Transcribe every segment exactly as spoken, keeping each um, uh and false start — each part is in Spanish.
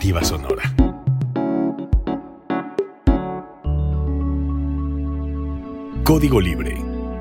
alternativa sonora. Código Libre.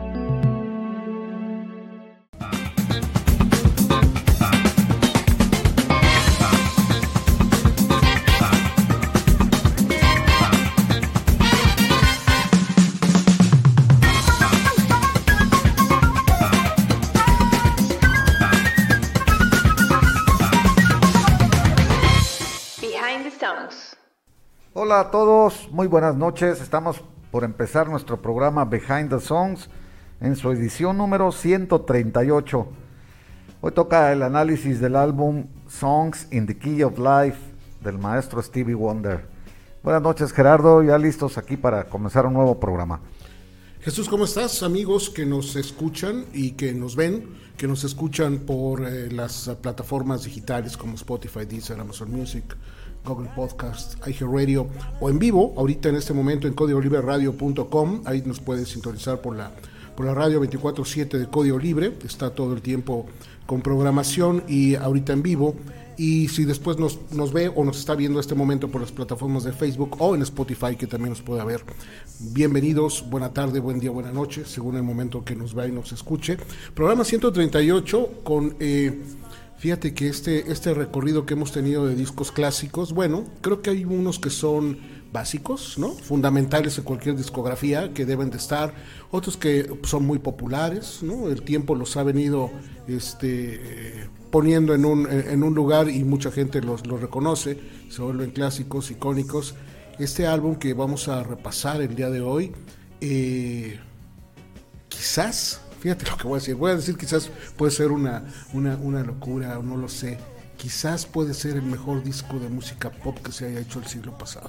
Hola a todos, muy buenas noches. Estamos por empezar nuestro programa Behind the Songs en su edición número ciento treinta y ocho. Hoy toca el análisis del álbum Songs in the Key of Life del maestro Stevie Wonder. Buenas noches, Gerardo, ya listos aquí para comenzar un nuevo programa. Jesús, ¿cómo estás? Amigos que nos escuchan y que nos ven, que nos escuchan por eh, las uh, plataformas digitales como Spotify, Deezer, Amazon Music, Google Podcast, iHeartRadio o en vivo, ahorita en este momento en código libre radio punto com, ahí nos puedes sintonizar por la, por la radio veinticuatro siete de Código Libre, está todo el tiempo con programación y ahorita en vivo. Y si después nos, nos ve o nos está viendo este momento por las plataformas de Facebook o en Spotify, que también nos puede ver, bienvenidos, buena tarde, buen día, buena noche, según el momento que nos vea y nos escuche. Programa ciento treinta y ocho con, eh, fíjate que este, este recorrido que hemos tenido de discos clásicos, bueno, creo que hay unos que son básicos, ¿no? Fundamentales en cualquier discografía, que deben de estar, otros que son muy populares, ¿no? El tiempo los ha venido este, eh, poniendo en un, en un lugar y mucha gente los, los reconoce, se vuelven clásicos, icónicos. Este álbum que vamos a repasar el día de hoy, eh, quizás, fíjate lo que voy a decir, voy a decir quizás puede ser una, una, una locura, no lo sé, quizás puede ser el mejor disco de música pop que se haya hecho el siglo pasado.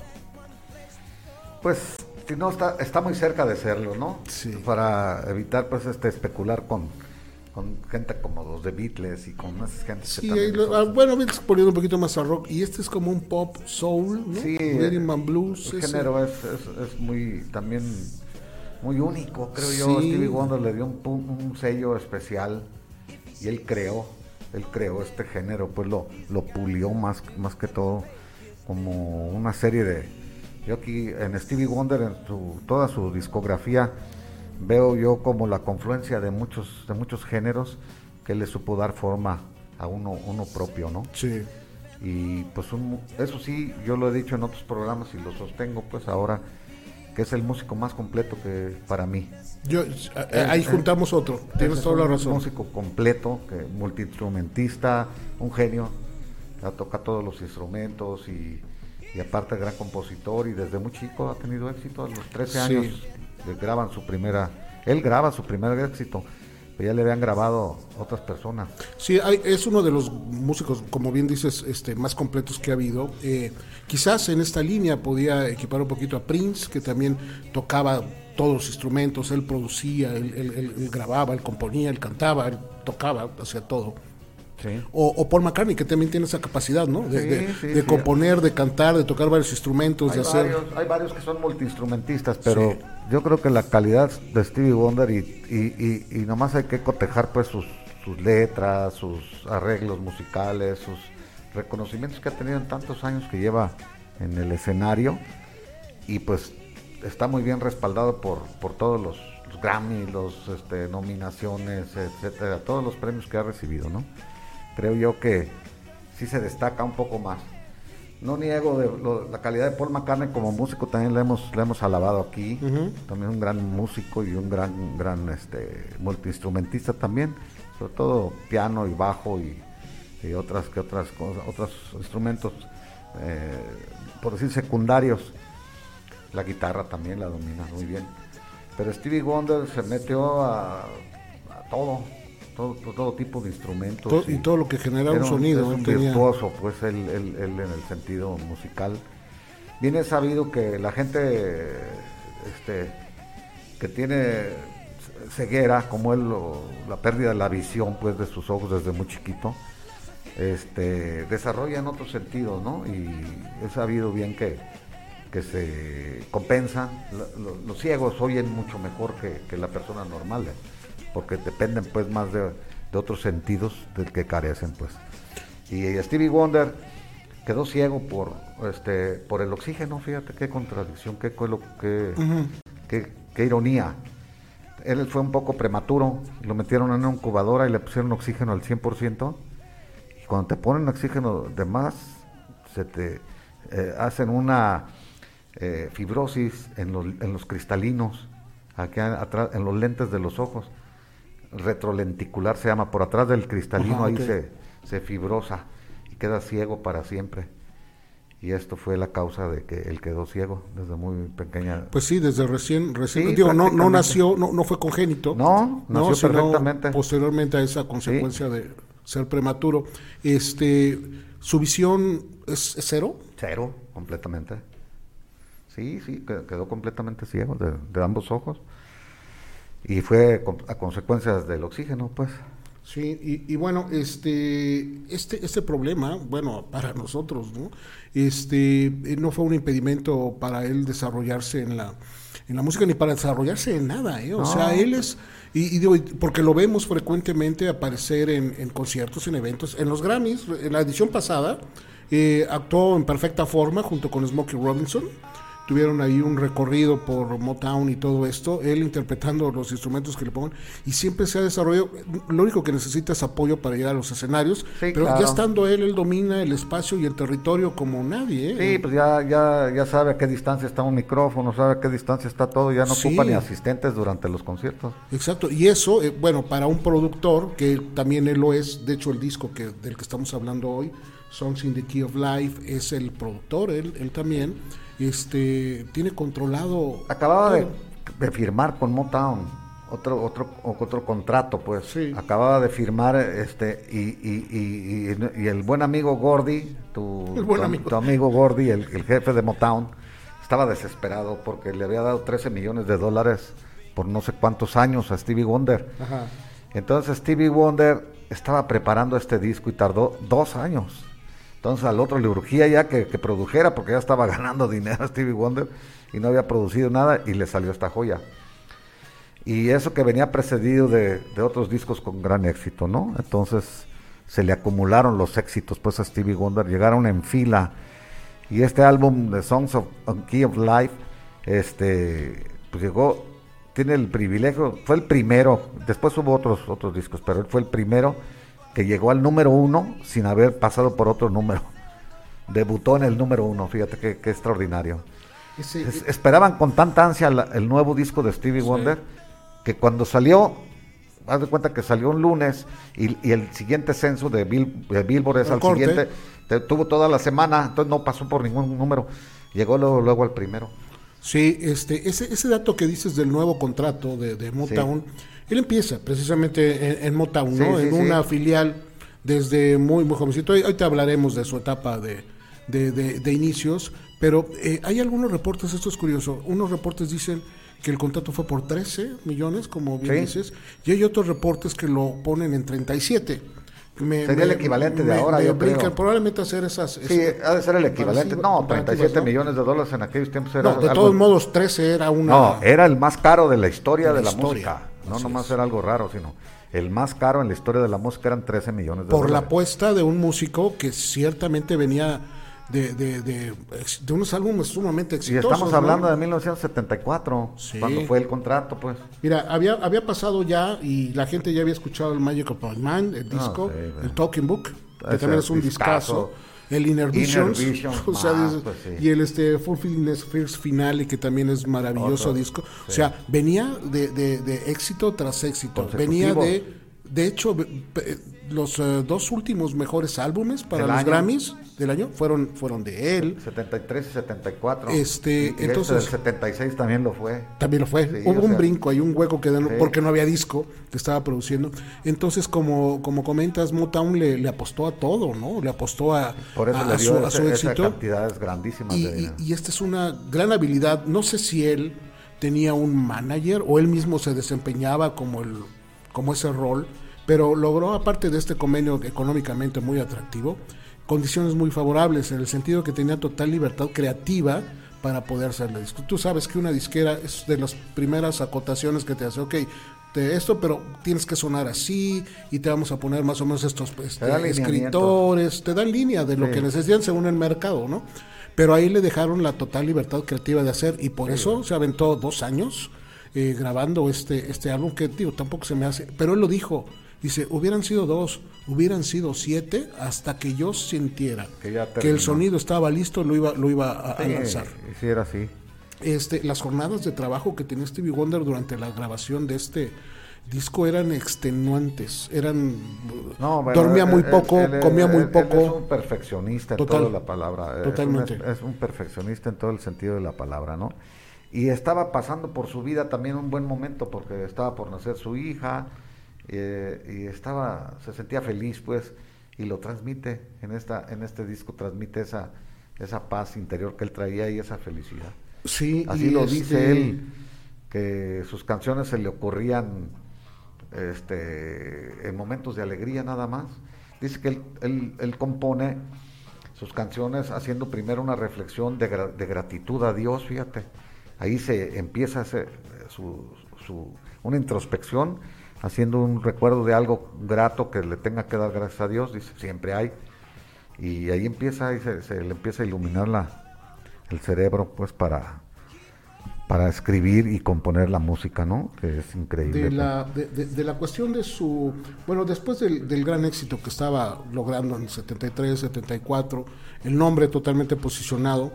Pues, si no, está, está muy cerca de serlo, ¿no? Sí. Para evitar, pues, este especular con, con gente como los de Beatles y con esas gentes. Sí, que lo, son... bueno, Beatles poniendo un poquito más a rock, y este es como un pop soul, ¿no? Sí, Rhythm and blues. El ese. género es, es, es muy, también, muy único, creo Sí. yo. Stevie Wonder le dio un, un sello especial y él creó, él creó este género, pues lo, lo pulió más, más que todo como una serie de... Yo aquí en Stevie Wonder, en su, toda su discografía, veo yo como la confluencia de muchos, de muchos géneros que le supo dar forma a uno, uno propio, ¿no? Sí. Y pues un, eso sí, yo lo he dicho en otros programas y lo sostengo pues ahora, que es el músico más completo que para mí. Yo, ahí es, juntamos otro, tienes toda la razón. Un músico completo, que, multiinstrumentista, un genio, toca todos los instrumentos y... y aparte gran compositor, y desde muy chico ha tenido éxito. A los trece Sí. años graban su primera, él graba su primer éxito, pero ya le habían grabado otras personas. Sí, hay, es uno de los músicos, como bien dices, este, más completos que ha habido. Eh, quizás en esta línea podía equipar un poquito a Prince, que también tocaba todos los instrumentos, él producía, él, él, él, él grababa, él componía, él cantaba, él tocaba, hacía todo. Sí. O, o Paul McCartney, que también tiene esa capacidad, ¿no? De, Sí, de, sí, de sí. componer, de cantar, de tocar varios instrumentos, Hay de hacer... varios, hay varios que son multiinstrumentistas, pero Sí. yo creo que la calidad de Stevie Wonder y, y, y, y nomás hay que cotejar pues sus, sus letras, sus arreglos musicales, sus reconocimientos que ha tenido en tantos años que lleva en el escenario, y pues está muy bien respaldado por, por todos los, los Grammy, los este, nominaciones, etcétera, todos los premios que ha recibido, ¿no? Creo yo que sí se destaca un poco más. No niego de lo, la calidad de Paul McCartney como músico, también le hemos, le hemos alabado aquí. Uh-huh. También un gran músico y un gran, gran este, multiinstrumentista también, sobre todo piano y bajo y, y otras que otras cosas, otros instrumentos, eh, por decir secundarios. La guitarra también la domina muy bien. Pero Stevie Wonder se metió a, a todo. Todo, todo tipo de instrumentos todo, y, y todo lo que genera un, un sonido. Es un tenía... virtuoso, pues él, él, él en el sentido musical. Bien es sabido que la gente este, que tiene ceguera, como él, o la pérdida de la visión pues de sus ojos desde muy chiquito, este, desarrolla en otros sentidos, ¿no? Y he sabido bien que, que se compensan. Los, los ciegos oyen mucho mejor que, que la persona normal, ¿eh? Porque dependen pues más de, de otros sentidos del que carecen pues. Y Stevie Wonder quedó ciego por este por el oxígeno. Fíjate qué contradicción, qué, qué, qué, Uh-huh. qué, qué ironía. Él fue un poco prematuro, lo metieron en una incubadora y le pusieron oxígeno al cien por ciento. Y cuando te ponen oxígeno de más, se te eh, hacen una eh, fibrosis en los, en los cristalinos, aquí atrás, en los lentes de los ojos. Retrolenticular se llama, por atrás del cristalino. Ajá, ahí okay. se, se fibrosa y queda ciego para siempre. Y esto fue la causa de que él quedó ciego desde muy pequeña. Pues sí, desde recién, recién sí, digo, no, no nació, no, no fue congénito. No, nació no, perfectamente. Posteriormente a esa consecuencia sí. de ser prematuro. Este, ¿su visión es, es cero? Cero, completamente. Sí, sí, quedó completamente ciego de, de ambos ojos. Y fue a consecuencias del oxígeno, pues. Sí, y, y bueno, este, este, este problema, bueno, para nosotros, ¿no? Este, no fue un impedimento para él desarrollarse en la, en la música, ni para desarrollarse en nada, ¿eh? O no. sea, él es, y, y digo, porque lo vemos frecuentemente aparecer en, en conciertos, en eventos, en los Grammys, en la edición pasada, eh, actuó en perfecta forma junto con Smokey Robinson. Tuvieron ahí un recorrido por Motown y todo esto, él interpretando los instrumentos que le pongan, y siempre se ha desarrollado. Lo único que necesita es apoyo para llegar a los escenarios, sí, pero claro. ya estando él, él domina el espacio y el territorio como nadie, ¿eh? Sí, pues ya, ya, ya sabe a qué distancia está un micrófono, sabe a qué distancia está todo, ya no sí. ocupa ni asistentes durante los conciertos. Exacto, y eso, eh, bueno, para un productor, que también él lo es, de hecho el disco que del que estamos hablando hoy, Songs in the Key of Life, es el productor, él, él también, este tiene controlado. Acababa de, de firmar con Motown otro otro otro contrato, pues. Sí. Acababa de firmar este y y, y, y, y el buen amigo Gordy, tu, el buen tu, amigo. tu amigo Gordy, el, el jefe de Motown, estaba desesperado porque le había dado trece millones de dólares por no sé cuántos años a Stevie Wonder. Ajá. Entonces Stevie Wonder estaba preparando este disco y tardó dos años. Entonces al otro le urgía ya que, que produjera, porque ya estaba ganando dinero Stevie Wonder y no había producido nada, y le salió esta joya. Y eso que venía precedido de, de otros discos con gran éxito, ¿no? Entonces se le acumularon los éxitos pues a Stevie Wonder, llegaron en fila, y este álbum de Songs of Key of Life, este, pues llegó, tiene el privilegio, fue el primero, después hubo otros, otros discos, pero él fue el primero que llegó al número uno sin haber pasado por otro número. Debutó en el número uno, fíjate qué, qué extraordinario. Ese, es, esperaban con tanta ansia la, el nuevo disco de Stevie sí. Wonder, que cuando salió, haz de cuenta que salió un lunes, y, y el siguiente censo de, Bill, de Billboard es el al corte. siguiente, te, tuvo toda la semana, entonces no pasó por ningún número, llegó luego, luego al primero. Sí, este, ese, ese dato que dices del nuevo contrato de, de Motown, sí. él empieza precisamente en, en Motown, ¿no? Sí, sí, en una sí. filial desde muy, muy jovencito. Hoy, hoy te hablaremos de su etapa de, de, de, de inicios, pero eh, hay algunos reportes, esto es curioso, unos reportes dicen que el contrato fue por trece millones, como bien sí. dices, y hay otros reportes que lo ponen en treinta y siete. Me, Sería me, el equivalente de me, ahora, me yo brincan, creo. Probablemente hacer esas... Sí, esas, ha de ser el equivalente. No, treinta y siete ¿no? millones de dólares en aquellos tiempos era No, de algo, todos modos, trece era una... No, era el más caro de la historia de la, de la historia. música. No nomás era algo raro, sino el más caro en la historia de la música eran trece millones de Por dólares. Por la apuesta de un músico que ciertamente venía de, de, de, de unos álbumes sumamente exitosos. Y estamos hablando ¿no? de mil novecientos setenta y cuatro, sí. cuando fue el contrato, pues. Mira, había había pasado ya y la gente ya había escuchado el Magic of My Mind, el disco, no, sí, el Talking Book, que Ese también es un discazo. El Inner Visions, Inner Visions o sea, más, pues sí. y el este Fulfilling First Finale, que también es maravilloso Otro, disco. Sí. O sea, venía de, de, de éxito tras éxito. Venía de, de hecho, los uh, dos últimos mejores álbumes para ¿El los año? Grammys del año fueron fueron de él. setenta y tres y setenta y cuatro. Este, y entonces este del setenta y seis también lo fue. También lo fue. Sí, Hubo un sea, brinco, hay un hueco que sí. porque no había disco que estaba produciendo. Entonces, como como comentas, Motown le, le apostó a todo, ¿no? Le apostó a, Por eso a, le a, dio su, ese, a su éxito. Esas cantidades grandísimas y, de y, y esta es una gran habilidad. No sé si él tenía un manager o él mismo se desempeñaba como el como ese rol, pero logró, aparte de este convenio económicamente muy atractivo, condiciones muy favorables, en el sentido que tenía total libertad creativa para poder hacer la disco. Tú sabes que una disquera es de las primeras acotaciones que te hace, ok, de esto, pero tienes que sonar así y te vamos a poner más o menos estos este, te escritores, te dan línea de lo sí. que necesitan según el mercado, ¿no? Pero ahí le dejaron la total libertad creativa de hacer y por sí. eso se aventó dos años eh, grabando este, este álbum que, digo, tampoco se me hace, pero él lo dijo. Dice, hubieran sido dos, hubieran sido siete, hasta que yo sintiera que, que el sonido estaba listo, lo iba, lo iba a, a lanzar. Sí, era así. Este, las jornadas de trabajo que tenía Stevie Wonder durante la grabación de este disco eran extenuantes, eran no, bueno, dormía él, muy poco, él, él, comía muy él, poco. Él es un perfeccionista Total, en toda la palabra. Totalmente. Es un, es un perfeccionista en todo el sentido de la palabra, ¿no? Y estaba pasando por su vida también un buen momento porque estaba por nacer su hija. Eh, y estaba, se sentía feliz pues, y lo transmite en esta, en este disco, transmite esa, esa paz interior que él traía y esa felicidad. Sí, así lo este... dice él, que sus canciones se le ocurrían este, en momentos de alegría nada más. Dice que él, él, él compone sus canciones haciendo primero una reflexión de, gra, de gratitud a Dios, fíjate, ahí se empieza ese, su, su, una introspección, haciendo un recuerdo de algo grato que le tenga que dar gracias a Dios, dice, siempre hay, y ahí empieza, y se, se le empieza a iluminar la, el cerebro, pues, para, para escribir y componer la música, ¿no? Que es increíble. De la, de, de, de la cuestión de su, bueno, después del, del gran éxito que estaba logrando en setenta y tres, setenta y cuatro, el nombre totalmente posicionado,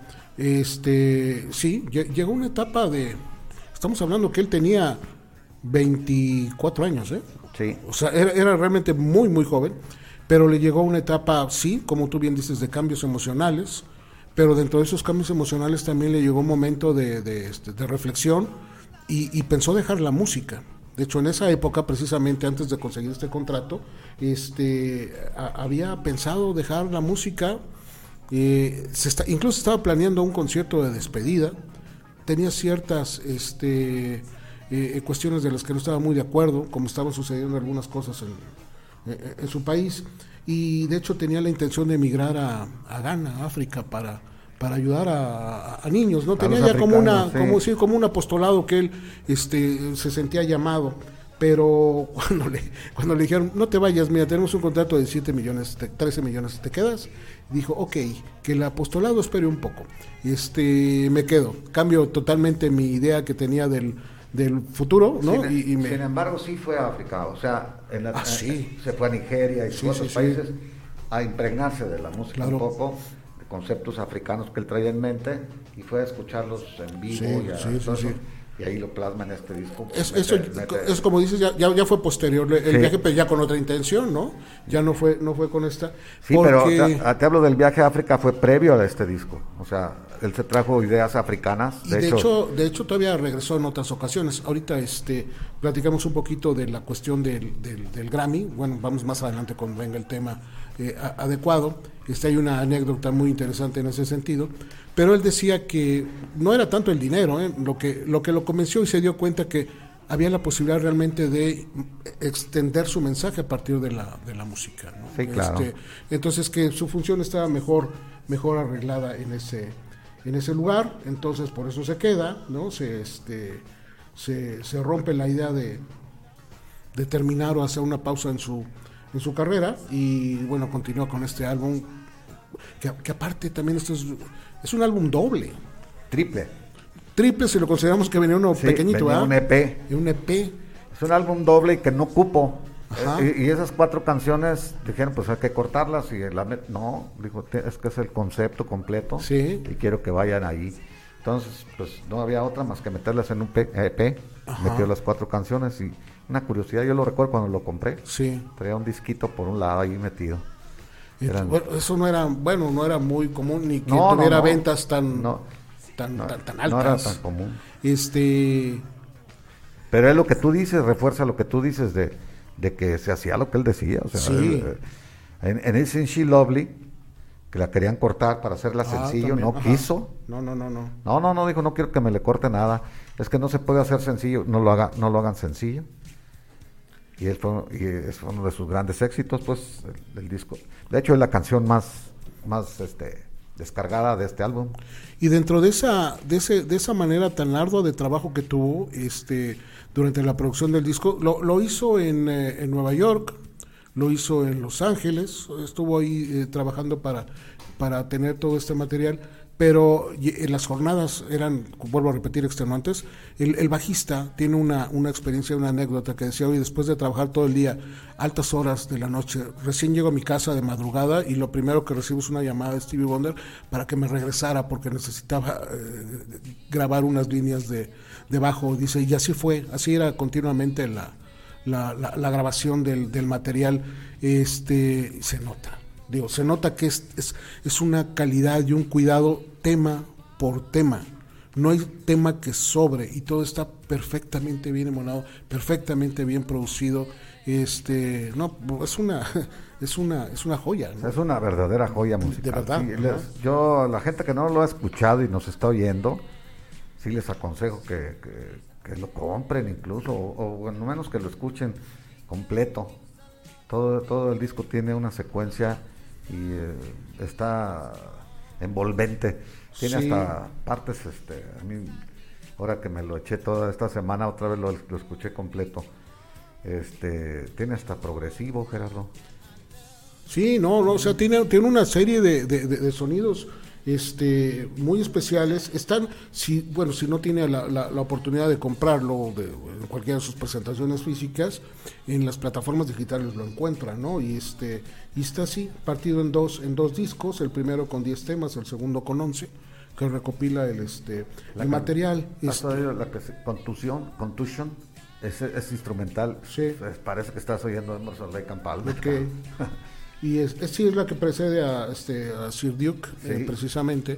este, sí, llegó una etapa de, estamos hablando que él tenía veinticuatro años, ¿eh? Sí. O sea, era, era realmente muy, muy joven, pero le llegó una etapa, sí, como tú bien dices, de cambios emocionales, pero dentro de esos cambios emocionales también le llegó un momento de, de, este, de reflexión y, y pensó dejar la música. De hecho, en esa época, precisamente antes de conseguir este contrato, este, a, había pensado dejar la música, eh, se está, incluso estaba planeando un concierto de despedida, tenía ciertas... este Eh, cuestiones de las que no estaba muy de acuerdo, como estaban sucediendo algunas cosas en, eh, en su país, y de hecho tenía la intención de emigrar a, a Ghana, África, para, para ayudar a, a niños, ¿no? Tenía ya como una, sí. como, sí, como un apostolado que él este, se sentía llamado, pero cuando le, cuando le dijeron, no te vayas, mira, tenemos un contrato de siete millones, te, trece millones, ¿te quedas? Dijo, ok, que el apostolado espere un poco, este, me quedo, cambio totalmente mi idea que tenía del del futuro, ¿no? Sin, y, y me... sin embargo, sí fue a África, o sea, en la, ah, sí. en, se fue a Nigeria y sí, otros sí, países sí. a impregnarse de la música claro. un poco, de conceptos africanos que él traía en mente, y fue a escucharlos en vivo, sí, y, a, sí, sí, sí. y ahí lo plasma en este disco. Es, mete, eso, mete, es como dices, ya, ya, ya fue posterior, el sí. viaje, pero ya con otra intención, ¿no? Ya no fue, no fue con esta. Sí, porque... pero te, te hablo del viaje a África, fue previo a este disco, o sea... Él se trajo ideas africanas. De, y de hecho, hecho, de hecho todavía regresó en otras ocasiones. Ahorita este, platicamos un poquito de la cuestión del, del, del Grammy. Bueno, vamos más adelante cuando venga el tema eh, a, adecuado. Este, hay una anécdota muy interesante en ese sentido. Pero él decía que no era tanto el dinero, ¿eh? lo que lo que lo convenció y se dio cuenta que había la posibilidad realmente de extender su mensaje a partir de la, de la música, ¿no? Sí, claro. Este, entonces que su función estaba mejor, mejor arreglada en ese... en ese lugar, entonces por eso se queda, ¿no? Se este se, se rompe la idea de, de terminar o hacer una pausa en su en su carrera y bueno, continúa con este álbum que, que aparte también esto es, es un álbum doble, triple. Triple si lo consideramos que venía uno sí, pequeñito, venía un E P. Un E P. Es un álbum doble que no cupo. Y, y esas cuatro canciones dijeron, pues hay que cortarlas y la met- no, dijo, es que es el concepto completo sí. y quiero que vayan ahí. Entonces, pues no había otra más que meterlas en un E P, Ajá. metió las cuatro canciones y una curiosidad, yo lo recuerdo cuando lo compré, sí. traía un disquito por un lado ahí metido. Eran... Bueno, eso no era, bueno, no era muy común ni que no, tuviera no, no. ventas tan, no, tan, no, tan, tan altas. No era tan común. Este... Pero es lo que tú dices, refuerza lo que tú dices de... de que se hacía lo que él decía, o sea, sí. él, en, en ese She Lovely, que la querían cortar para hacerla ah, sencillo, también. no Ajá. quiso. No, no, no, no. No, no, no, dijo, no quiero que me le corte nada, es que no se puede hacer sencillo, no lo haga, no lo hagan sencillo. Y, él fue, y es uno de sus grandes éxitos, pues, el, el disco. De hecho, es la canción más, más, este, descargada de este álbum. Y dentro de esa, de ese, de esa manera tan ardua de trabajo que tuvo, este, durante la producción del disco, lo, lo hizo en, eh, en Nueva York, lo hizo en Los Ángeles, estuvo ahí eh, trabajando para, para tener todo este material, pero en las jornadas eran, vuelvo a repetir, extenuantes. El, el bajista tiene una, una experiencia, una anécdota que decía: hoy, después de trabajar todo el día, altas horas de la noche, recién llego a mi casa de madrugada y lo primero que recibo es una llamada de Stevie Wonder para que me regresara porque necesitaba eh, grabar unas líneas de, de bajo. Dice, y así fue, así era continuamente la, la, la, la grabación del, del material. Este, se nota. Digo, se nota que es, es, es una calidad y un cuidado tema por tema. No hay tema que sobre y todo está perfectamente bien emonado, perfectamente bien producido. Este, no, es una, es una, es una joya, ¿no? Es una verdadera joya musical. De verdad. Sí, les, yo, la gente que no lo ha escuchado y nos está oyendo, sí les aconsejo que, que, que lo compren incluso, o, o al menos que lo escuchen completo. Todo, todo el disco tiene una secuencia y eh, está envolvente, tiene sí. hasta partes, este, a mí, ahora que me lo eché toda esta semana, otra vez lo, lo escuché completo, este, tiene hasta progresivo, Gerardo. Sí, no, no, o sea, tiene, tiene una serie de, de, de, de sonidos este muy especiales. Están, si bueno, si no tiene la, la, la oportunidad de comprarlo de, en cualquiera de sus presentaciones físicas, en las plataformas digitales lo encuentran, ¿no? Y este y está así, partido en dos en dos discos, el primero con diez temas, el segundo con once, que recopila el este la el can, material. Este, la que se, contusión, contusion, es, es instrumental. Sí. Es, parece que estás oyendo Emerson Lake and Palmer. Okay. Y es, es, sí, es la que precede a, este, a Sir Duke, sí. eh, precisamente.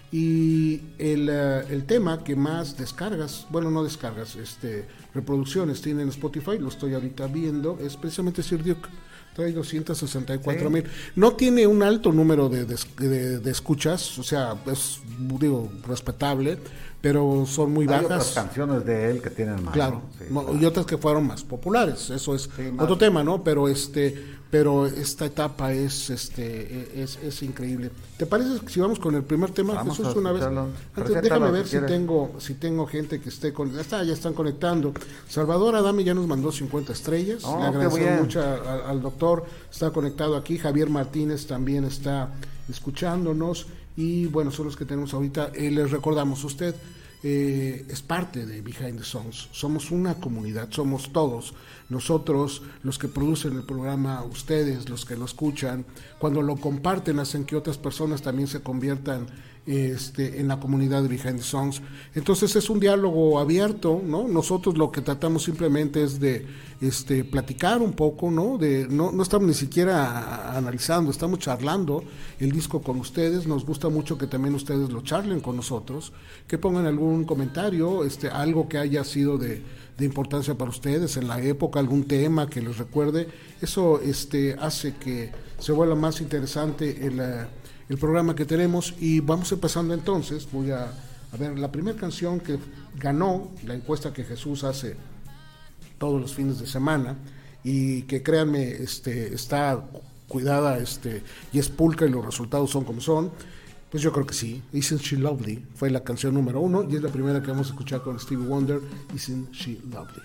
Y el, uh, el tema que más descargas, bueno, no descargas, este reproducciones tiene en Spotify, lo estoy ahorita viendo, es precisamente Sir Duke. Trae doscientos sesenta y cuatro mil. Sí. No tiene un alto número de, de, de, de escuchas, o sea, es, digo, respetable, pero son muy Hay bajas. Hay otras canciones de él que tienen más. Claro, ¿no? Sí, no, claro. Y otras que fueron más populares, eso es sí, otro más. tema, ¿no? Pero este, pero esta etapa es, este, es, es increíble. ¿Te parece que si vamos con el primer tema, vamos Jesús, a una vez? Antes, déjame ver si tengo, si tengo gente que esté con, está, ya están conectando. Salvador Adame ya nos mandó cincuenta estrellas. Oh, le agradecemos mucho al, al doctor, está conectado aquí. Javier Martínez también está escuchándonos. Y bueno, son los que tenemos ahorita. Eh, les recordamos, usted eh, es parte de Behind the Songs. Somos una comunidad, somos todos. Nosotros, los que producen el programa, ustedes, los que lo escuchan, cuando lo comparten, hacen que otras personas también se conviertan este, en la comunidad de Behind the Songs. Entonces es un diálogo abierto, ¿no? Nosotros lo que tratamos simplemente es de este, platicar un poco, ¿no? De, no, no estamos ni siquiera analizando, estamos charlando el disco con ustedes. Nos gusta mucho que también ustedes lo charlen con nosotros, que pongan algún comentario, este, algo que haya sido de, de importancia para ustedes en la época, algún tema que les recuerde. Eso este, hace que se vuelva más interesante el el programa que tenemos. Y vamos empezando entonces. Voy a, a ver la primera canción que ganó la encuesta que Jesús hace todos los fines de semana, y que créanme, este, está cuidada este, y es pulca, y los resultados son como son. Pues yo creo que sí, Isn't She Lovely fue la canción número uno, y es la primera que vamos a escuchar con Stevie Wonder, Isn't She Lovely.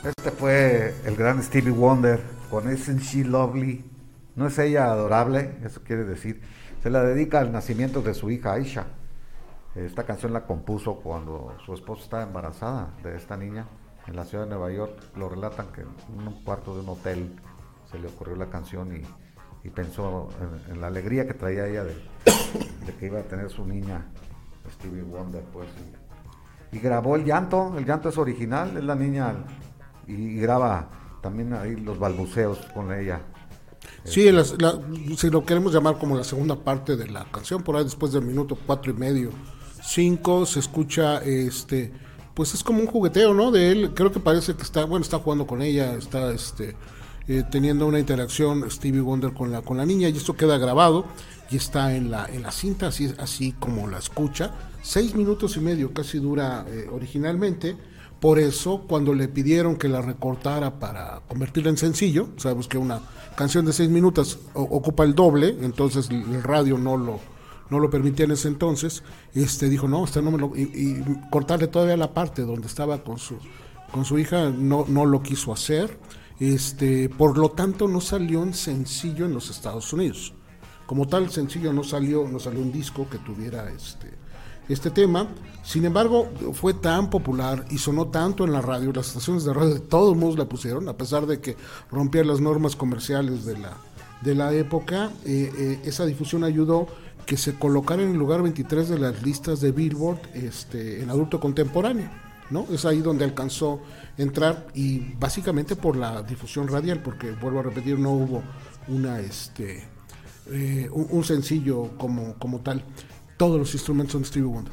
Este fue el gran Stevie Wonder con Isn't She Lovely. ¿No es ella adorable? Eso quiere decir. Se la dedica al nacimiento de su hija Aisha. Esta canción la compuso cuando su esposa estaba embarazada de esta niña en la ciudad de Nueva York. Lo relatan que en un cuarto de un hotel se le ocurrió la canción y, y pensó en, en la alegría que traía ella de, de que iba a tener su niña Stevie Wonder, pues. Y, y grabó el llanto. El llanto es original, es la niña, y, y graba también ahí los balbuceos con ella. Sí, la, la, si lo queremos llamar como la segunda parte de la canción, por ahí después del minuto cuatro y medio, cinco, se escucha, este, pues es como un jugueteo, ¿no? De él, creo que parece que está, bueno, está jugando con ella, está, este, eh, teniendo una interacción Stevie Wonder con la con la niña, y esto queda grabado y está en la en la cinta, así así como la escucha, seis minutos y medio, casi dura eh, originalmente. Por eso, cuando le pidieron que la recortara para convertirla en sencillo, sabemos que una canción de seis minutos o, ocupa el doble, entonces el radio no lo no lo permitía en ese entonces, este dijo, no, este no me lo, y, y cortarle todavía la parte donde estaba con su con su hija, no no lo quiso hacer, este por lo tanto no salió en sencillo en los Estados Unidos. Como tal, el sencillo no salió, no salió un disco que tuviera este este tema. Sin embargo, fue tan popular y sonó tanto en la radio, las estaciones de radio de todos modos la pusieron, a pesar de que rompía las normas comerciales de la, de la época. Eh, eh, esa difusión ayudó que se colocara en el lugar veintitrés de las listas de Billboard este, en adulto contemporáneo, ¿no? Es ahí donde alcanzó a entrar, y básicamente por la difusión radial, porque vuelvo a repetir, no hubo una este eh, un, un sencillo como, como tal. Todos los instrumentos son de Stevie Wonder.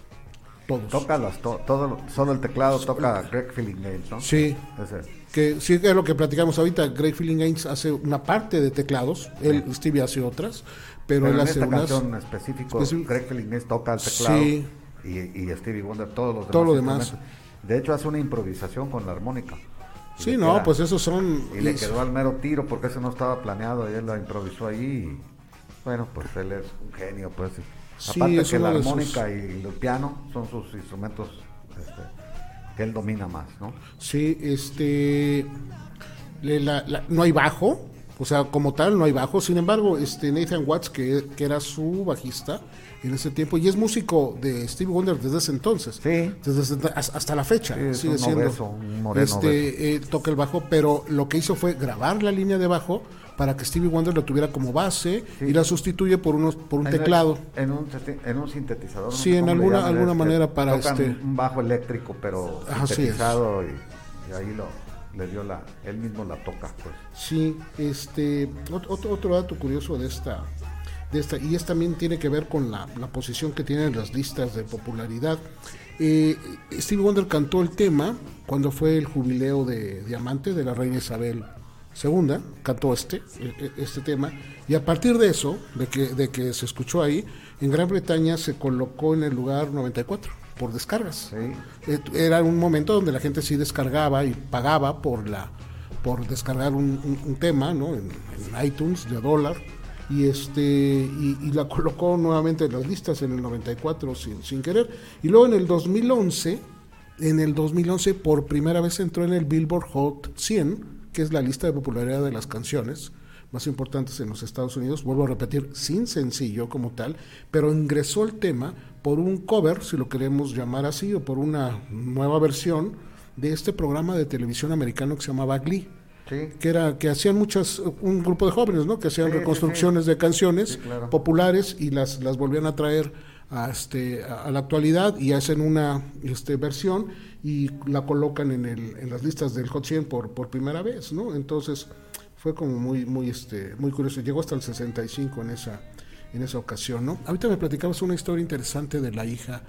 Todos. Toca las, to, todo, solo el teclado toca Greg Phillinganes, ¿no? Sí. Ese. Que sí es lo que platicamos ahorita. Greg Phillinganes hace una parte de teclados, él, sí. Stevie hace otras, pero, pero él en hace esta unas. canción específico, específico, Greg Phillinganes toca el teclado, sí. y, y Stevie Wonder todos los demás. Todo lo demás. De hecho, hace una improvisación con la armónica. Sí, no, queda, pues esos son. Y le quedó al mero tiro porque eso no estaba planeado y él lo improvisó ahí. Y, bueno, pues él es un genio, pues. Aparte sí, que la armónica sus... y el piano son sus instrumentos este, que él domina más, ¿no? Sí, este, la, la, no hay bajo, o sea, como tal no hay bajo. Sin embargo, este Nathan Watts, que, que era su bajista en ese tiempo, y es músico de Stevie Wonder desde ese entonces, sí, desde hasta la fecha, sí, sigue un siendo obeso, un moreno este eh, toca el bajo, pero lo que hizo fue grabar la línea de bajo para que Stevie Wonder lo tuviera como base, sí. y la sustituye por unos por un en teclado. El, en, un, en un sintetizador. Sí, en alguna alguna manera para este un bajo eléctrico, pero sintetizado, y, y ahí lo le dio la él mismo la toca, pues. Sí, este otro otro dato curioso de esta de esta y es también tiene que ver con la, la posición que tienen las listas de popularidad. Eh, Stevie Wonder cantó el tema cuando fue el jubileo de diamante de la reina Isabel segunda, cantó este este tema, y a partir de eso, de que de que se escuchó ahí, en Gran Bretaña se colocó en el lugar noventa y cuatro por descargas. Sí. Era un momento donde la gente sí descargaba y pagaba por la por descargar un, un, un tema, ¿no? En, en iTunes de a dólar, y este y, y la colocó nuevamente en las listas en el noventa y cuatro sin sin querer, y luego en el dos mil once en el dos mil once por primera vez entró en el Billboard Hot cien, que es la lista de popularidad de las canciones más importantes en los Estados Unidos. Vuelvo a repetir, sin sencillo como tal, pero ingresó el tema por un cover, si lo queremos llamar así, o por una nueva versión de este programa de televisión americano que se llamaba Glee. Sí. Que era que hacían muchas un grupo de jóvenes, ¿no? Que hacían sí, reconstrucciones sí, sí. de canciones, sí, claro. populares, y las las volvían a traer a este a, a la actualidad, y hacen una este versión y la colocan en el en las listas del Hot cien por por primera vez, ¿no? Entonces fue como muy muy este muy curioso. Llegó hasta el sesenta y cinco en esa en esa ocasión, ¿no? Ahorita me platicabas una historia interesante de la hija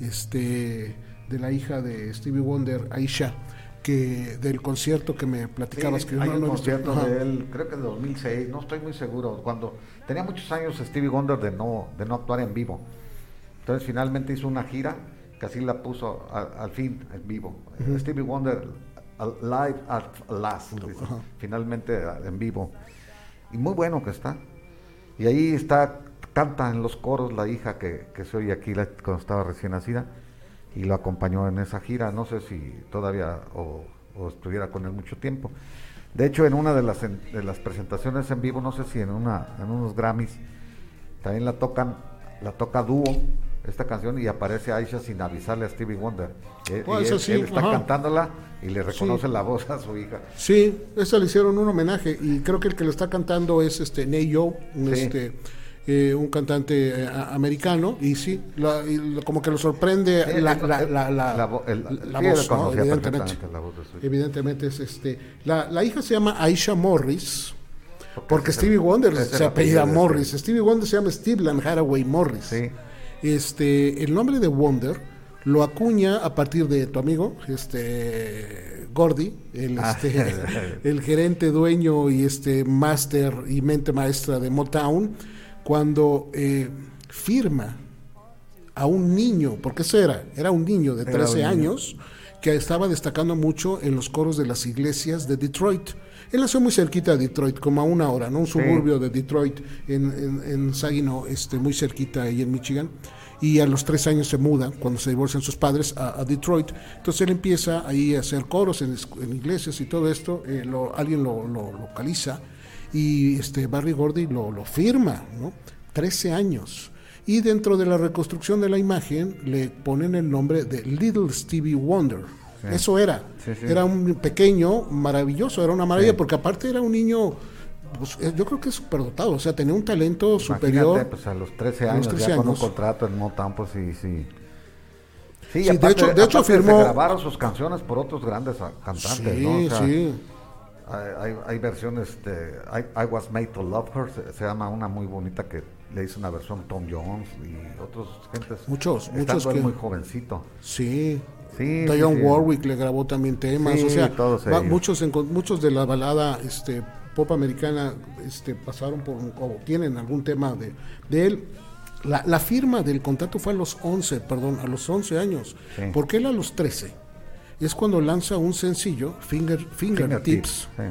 este de la hija de Stevie Wonder, Aisha, que del concierto que me platicabas. Sí, que hay no, un no concierto de él, creo que de dos mil seis, no estoy muy seguro, cuando tenía muchos años Stevie Wonder de no de no actuar en vivo. Entonces finalmente hizo una gira que así la puso a, al fin en vivo. Uh-huh. Stevie Wonder Live at Last, uh-huh. finalmente en vivo. Y muy bueno que está. Y ahí está, canta en los coros la hija que, que se oye aquí la, cuando estaba recién nacida, y lo acompañó en esa gira. No sé si todavía o o estuviera con él mucho tiempo. De hecho, en una de las en, de las presentaciones en vivo, no sé si en una en unos Grammys, también la tocan, la toca dúo esta canción y aparece Aisha sin avisarle a Stevie Wonder. Eh, oh, y eso él, sí, él está ajá. cantándola y le reconoce Sí. la voz a su hija. Sí, esa le hicieron un homenaje y creo que el que lo está cantando es este Ney-Yo, un, Sí. este, eh, un cantante eh, a- americano y sí, la, y lo- como que lo sorprende Sí, la, el- la, el- la, la, la vo- el- la sí, él voz, ¿no? conocía Evidentemente. perfectamente la voz de su hija. Evidentemente es este. La, la hija se llama Aisha Morris, porque ese Stevie es el- Wonder ese es se el apellida apellido de Morris. Stevie. Stevie Wonder se llama Stevland Haraway Morris. Sí. Este, el nombre de Wonder lo acuña a partir de tu amigo, este Gordy, el, Ah. este, el gerente, dueño y este máster y mente maestra de Motown, cuando eh, firma a un niño, porque eso era, era un niño de Era trece un niño. años que estaba destacando mucho en los coros de las iglesias de Detroit. Él nació muy cerquita de Detroit, como a una hora, ¿no? Un suburbio de Detroit, en, en, en Saginaw, este, muy cerquita ahí en Michigan. Y a los tres años se muda, cuando se divorcian sus padres, a, a Detroit. Entonces él empieza ahí a hacer coros en, en iglesias y todo esto. Eh, lo, alguien lo, lo localiza y este Barry Gordy lo, lo firma, ¿no? trece años. Y dentro de la reconstrucción de la imagen le ponen el nombre de Little Stevie Wonder. Sí. Eso era. Sí, sí. Era un pequeño maravilloso, era una maravilla, Sí. porque aparte era un niño, pues, eh, yo creo que es superdotado, o sea, tenía un talento Imagínate, superior. pues a los trece a los años, trece ya con un años. contrato en Motown, pues sí, sí. Sí, Sí, aparte, de hecho- de hecho aparte firmó- se grabaron sus canciones por otros grandes a- cantantes, Sí, ¿no? O sea, sí. Hay, hay, hay versiones de I, I Was Made to Love Her, se, se llama una muy bonita que le hizo una versión Tom Jones y otros gentes. Muchos, estando muchos él que- muy jovencito. Sí. Sí, Dionne sí, sí. Warwick le grabó también temas, Sí, o sea, todos va- ellos. muchos en- muchos de la balada este pop americana este pasaron por o tienen algún tema de, de él. La, la firma del contrato fue a los once, perdón, a los once años. Sí. Porque él a los trece es cuando lanza un sencillo, Finger, Fingertips, Sí.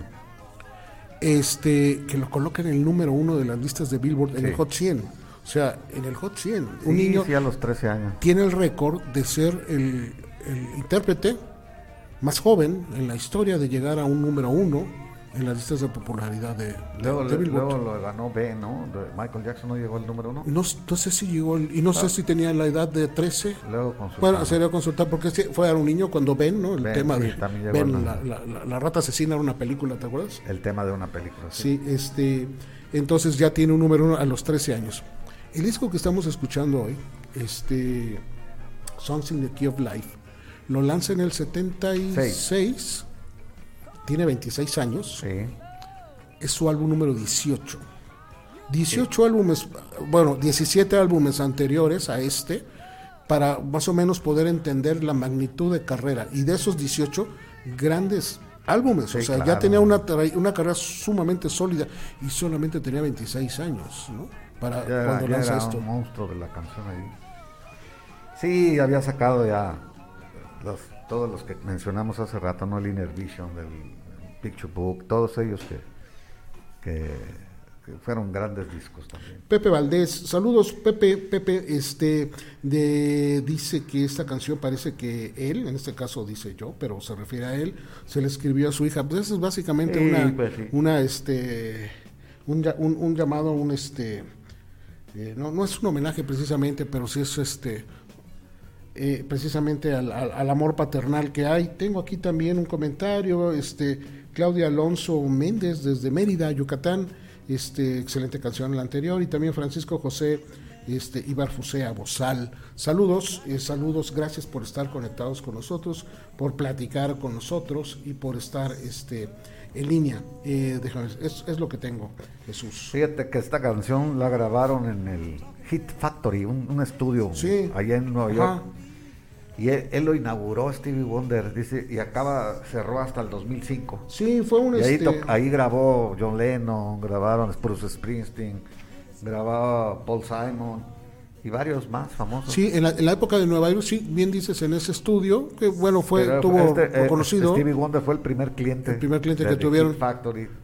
este que lo coloca en el número uno de las listas de Billboard en Sí. el Hot cien. O sea, en el Hot cien. Un Sí, niño sí, a los trece años. tiene el récord de ser el, el intérprete más joven en la historia de llegar a un número uno en las listas de popularidad de, de- Luego, de Billboard. luego lo ganó B, ¿no? De Michael Jackson no llegó al número uno. No, no sé si llegó, el- y no sé si tenía la edad de trece. Luego con su Bueno, sería consultar porque sí, fue a un niño cuando Ben, ¿no? El Ben, tema sí, de también llegó Ben, al- la, la- la- la rata asesina era una película, ¿te acuerdas? el tema de una película. Sí. Sí, este, entonces ya tiene un número uno a los trece años. El disco que estamos escuchando hoy, este, Songs in the Key of Life, lo lanza en el setenta y seis, tiene veintiséis años, Sí. es su álbum número dieciocho. dieciocho álbumes, bueno, diecisiete álbumes anteriores a este, para más o menos poder entender la magnitud de carrera. Y de esos dieciocho, grandes álbumes. Sí, o sea, ya claro. tenía una, tra- una carrera sumamente sólida y solamente tenía veintiséis años, ¿no? Para Ya era, cuando ya lanza era esto. un monstruo de la canción ahí. Sí, había sacado ya los, todos los que mencionamos hace rato, ¿no? El Inner Vision, del Picture Book, todos ellos que, que, que fueron grandes discos también. Pepe Valdés, saludos Pepe, Pepe, este de, dice que esta canción parece que él, en este caso dice yo, pero se refiere a él, se le escribió a su hija. Pues eso es básicamente Sí, una, pues sí. una este un, ya- un, un llamado, un este eh, no, no es un homenaje precisamente, pero sí es este eh, precisamente al, al, al amor paternal que hay. Tengo aquí también un comentario, este Claudia Alonso Méndez desde Mérida, Yucatán, este excelente canción la anterior, y también Francisco José este Ibarfusea Bozal. Saludos, eh, saludos, gracias por estar conectados con nosotros, por platicar con nosotros y por estar este en línea. Eh, déjame, es, es lo que tengo, Jesús. Fíjate que esta canción la grabaron en el Hit Factory, un, un estudio Sí. allá en Nueva Ajá. York. Y él, él lo inauguró, Stevie Wonder, dice, y acaba, cerró hasta el dos mil cinco. Sí, fue un Y ahí, este, to- ahí grabó John Lennon, grabaron Bruce Springsteen, grababa Paul Simon y varios más famosos. sí, en la, en la época de Nueva York, sí, bien dices, en ese estudio, que bueno, fue, Pero tuvo este, eh, conocido. Stevie Wonder fue el primer cliente. El primer cliente del que tuvieron. Hit Factory.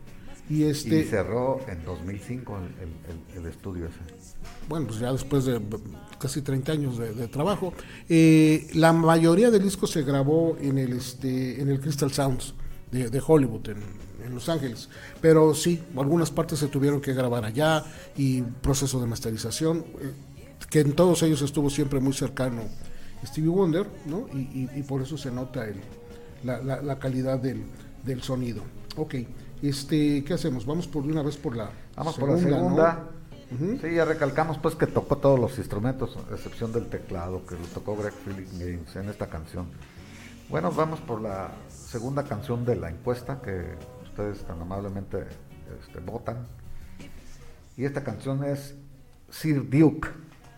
Y, este, y cerró en dos mil cinco el, el, el, el estudio ese. Bueno, pues ya después de casi treinta años de, de trabajo. Eh, la mayoría del disco se grabó en el, este, en el Crystal Sounds de, de Hollywood, en, en Los Ángeles. Pero sí, algunas partes se tuvieron que grabar allá y proceso de masterización, eh, que en todos ellos estuvo siempre muy cercano Stevie Wonder, ¿no? Y, y, y por eso se nota el, la, la, la calidad del, del sonido. Ok, este, ¿qué hacemos? Vamos por una vez por la Vamos segunda, por la segunda. ¿no? Uh-huh. Sí, ya recalcamos pues que tocó todos los instrumentos, a excepción del teclado, que lo tocó Greg Philip Gaines en esta canción. Bueno, vamos por la segunda canción de la encuesta que ustedes tan amablemente este, votan. Y esta canción es Sir Duke.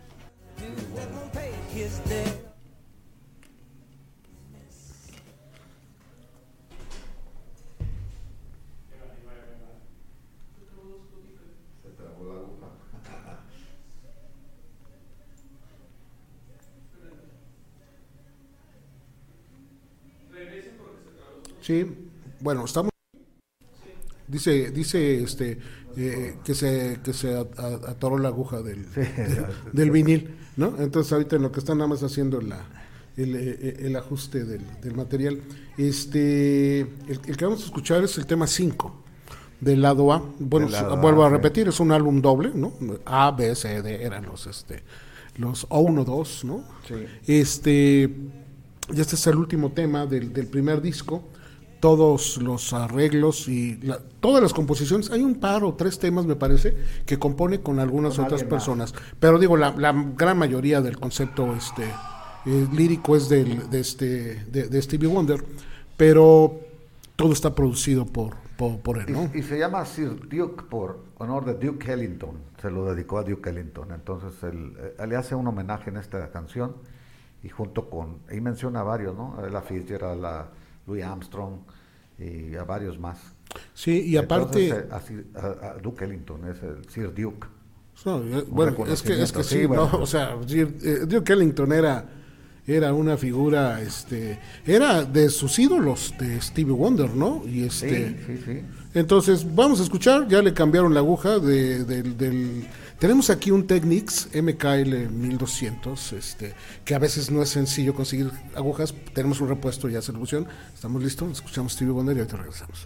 Sí, bueno, estamos. Dice, dice, este, eh, que se, que se atoró la aguja del, Sí, de, del vinil, ¿no? Entonces ahorita en lo que están nada más haciendo la, el, el ajuste del, del material. Este, el, el que vamos a escuchar es el tema cinco del lado A. Bueno, lado vuelvo a, a repetir, sí. Es un álbum doble, ¿no? A, B, C, D eran los, este, los O uno, dos, ¿no? Sí. Este, y este es el último tema del, del primer disco. Todos los arreglos y la, todas las composiciones, hay un par o tres temas me parece que compone con algunas con otras personas, más. Pero digo la, la gran mayoría del concepto este eh, lírico es del, de este de, de Stevie Wonder, pero todo está producido por por, por él, ¿no? Y, y se llama Sir Duke por honor de Duke Ellington, se lo dedicó a Duke Ellington, entonces él, él le hace un homenaje en esta canción y junto con, ahí menciona varios, ¿no? Ella Fitzgerald, la Louis Armstrong y a varios más. Sí, y aparte entonces, a, a, a Duke Ellington es el Sir Duke. No, bueno, es que es que sí, sí bueno, no, o sea, Duke Ellington era era una figura, este, era de sus ídolos de Stevie Wonder, ¿no? Y este, sí, sí, sí. Entonces vamos a escuchar, ya le cambiaron la aguja de, de, del tenemos aquí un Technics M K L mil doscientos, este, que a veces no es sencillo conseguir agujas. Tenemos un repuesto ya solución. Estamos listos, escuchamos Stevie Wonder y ahorita regresamos.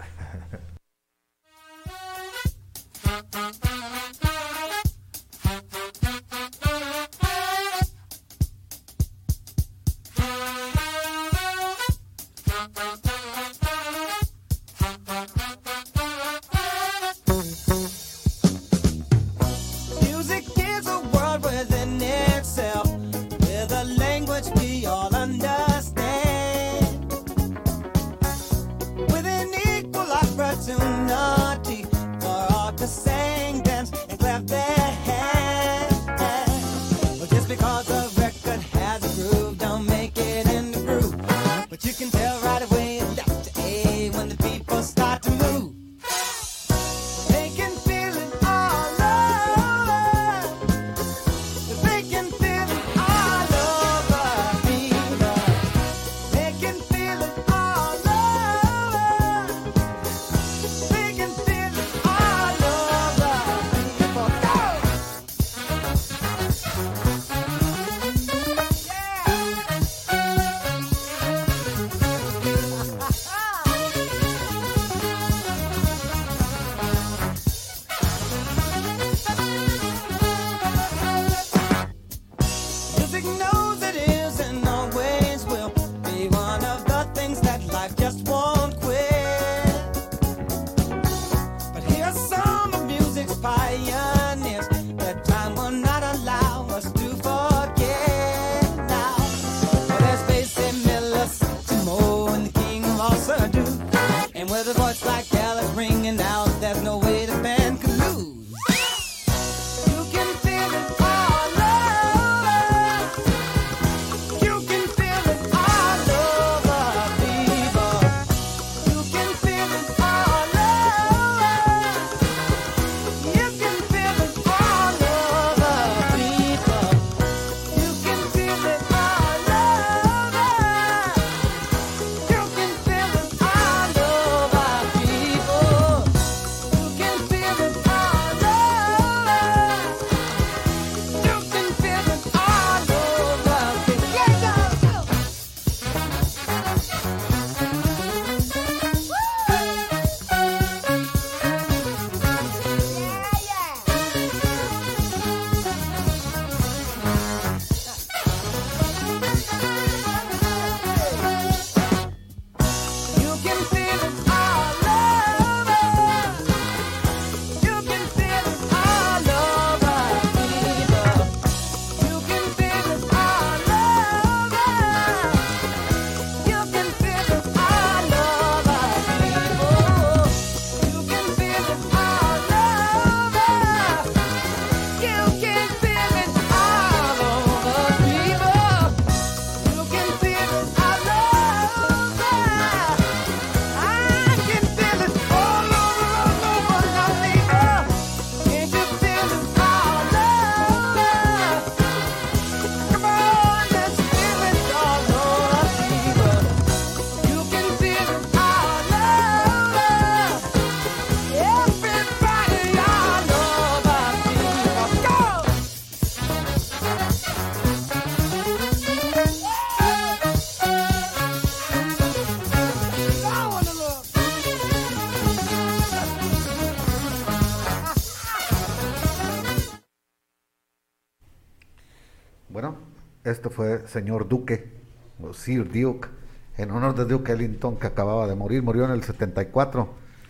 este fue señor Duque, o Sir Duke, en honor de Duke Ellington, que acababa de morir, murió en el setenta y cuatro,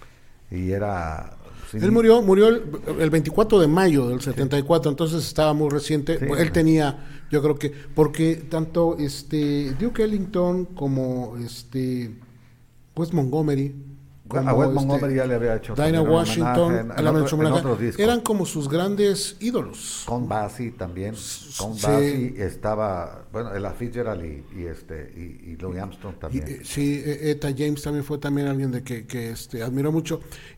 y era... Sí. Él murió murió el, el veinticuatro de mayo del setenta y cuatro, sí. Entonces estaba muy reciente. Sí, él sí. tenía, yo creo que, porque tanto este Duke Ellington como este Wes Montgomery, como a Wes este, Montgomery ya le había hecho Dinah Washington, en, en, otro, en otros discos. Eran como sus grandes ídolos. Count Basie también. Count sí. Basie estaba, bueno, Ella Fitzgerald y, y este y, y Louis Armstrong también. Y, sí, Etta James también fue también alguien de que, que este admiró mucho.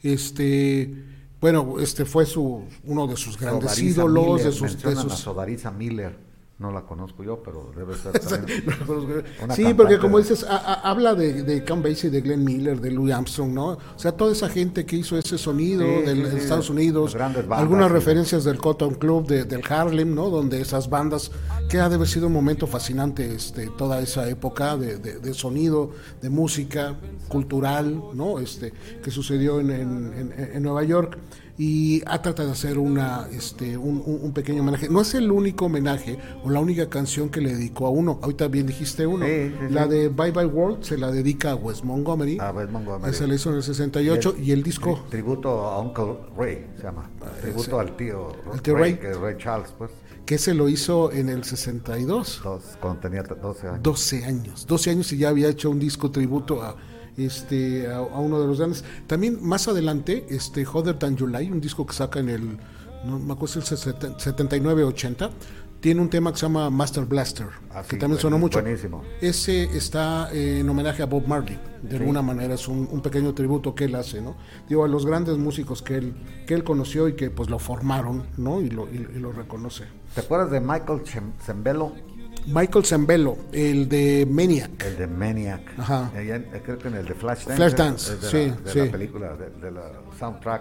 Este, bueno, este fue su uno de sus grandes Sodarisa ídolos, Miller, de sus, de sus... a Sodarisa Miller. No la conozco yo, pero debe ser también una sí, porque como dices, a, a, habla de, de Count Basie, de Glenn Miller, de Louis Armstrong, ¿no? O sea, toda esa gente que hizo ese sonido sí, de sí, Estados Unidos, bandas, algunas sí. referencias del Cotton Club, de, del Harlem, ¿no? Donde esas bandas, que ha de haber sido un momento fascinante, este, toda esa época de, de, de sonido, de música cultural, ¿no? Este, que sucedió en, en, en, en Nueva York. Y ha tratado de hacer una este un, un pequeño homenaje. No es el único homenaje o la única canción que le dedicó a uno. Ahorita bien dijiste uno. Sí, sí, la sí. de Bye Bye World se la dedica a Wes Montgomery. A Wes Montgomery. Esa la hizo en el sesenta y ocho. Y el, y el disco... Tri, tributo a Uncle Ray, se llama. Tributo ese, al tío, el tío Ray, Ray. Que es Ray Charles, pues. Que se lo hizo en el sesenta y dos. Dos, cuando tenía doce años. doce años. doce años y ya había hecho un disco tributo a... este a, a uno de los grandes. También más adelante, este Hotter Than You Lie, un disco que saca en el, no me acuerdo si es el setenta y nueve ochenta, tiene un tema que se llama Master Blaster, ah, que sí, también sonó mucho. Buenísimo. Ese está eh, en homenaje a Bob Marley, de sí. alguna manera es un, un pequeño tributo que él hace, ¿no? Digo, a los grandes músicos que él que él conoció y que pues lo formaron, ¿no? Y lo, y, y lo reconoce. ¿Te acuerdas de Michael Sembello? Michael Sembello, el de Maniac. El de Maniac. Ajá. Eh, creo que en el de Flashdance. Flashdance, de sí, la, de sí. la película, de, de la soundtrack.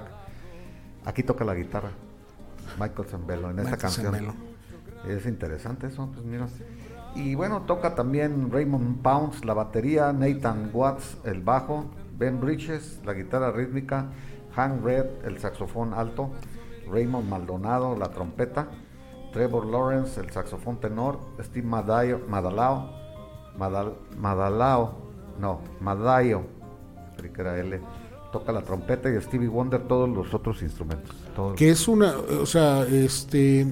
Aquí toca la guitarra. Michael Sembello en esta canción. Sembello. Es interesante eso, pues mira. Y bueno, toca también Raymond Pounds, la batería, Nathan Watts, el bajo, Ben Bridges, la guitarra rítmica, Hank Red, el saxofón alto, Raymond Maldonado, la trompeta, Trevor Lawrence, el saxofón tenor, Steve Madaio, Madalao, Madal, Madalao, no, Madaio, creí que era él, toca la trompeta, y Stevie Wonder todos los otros instrumentos. Todos. Que es una, o sea, este,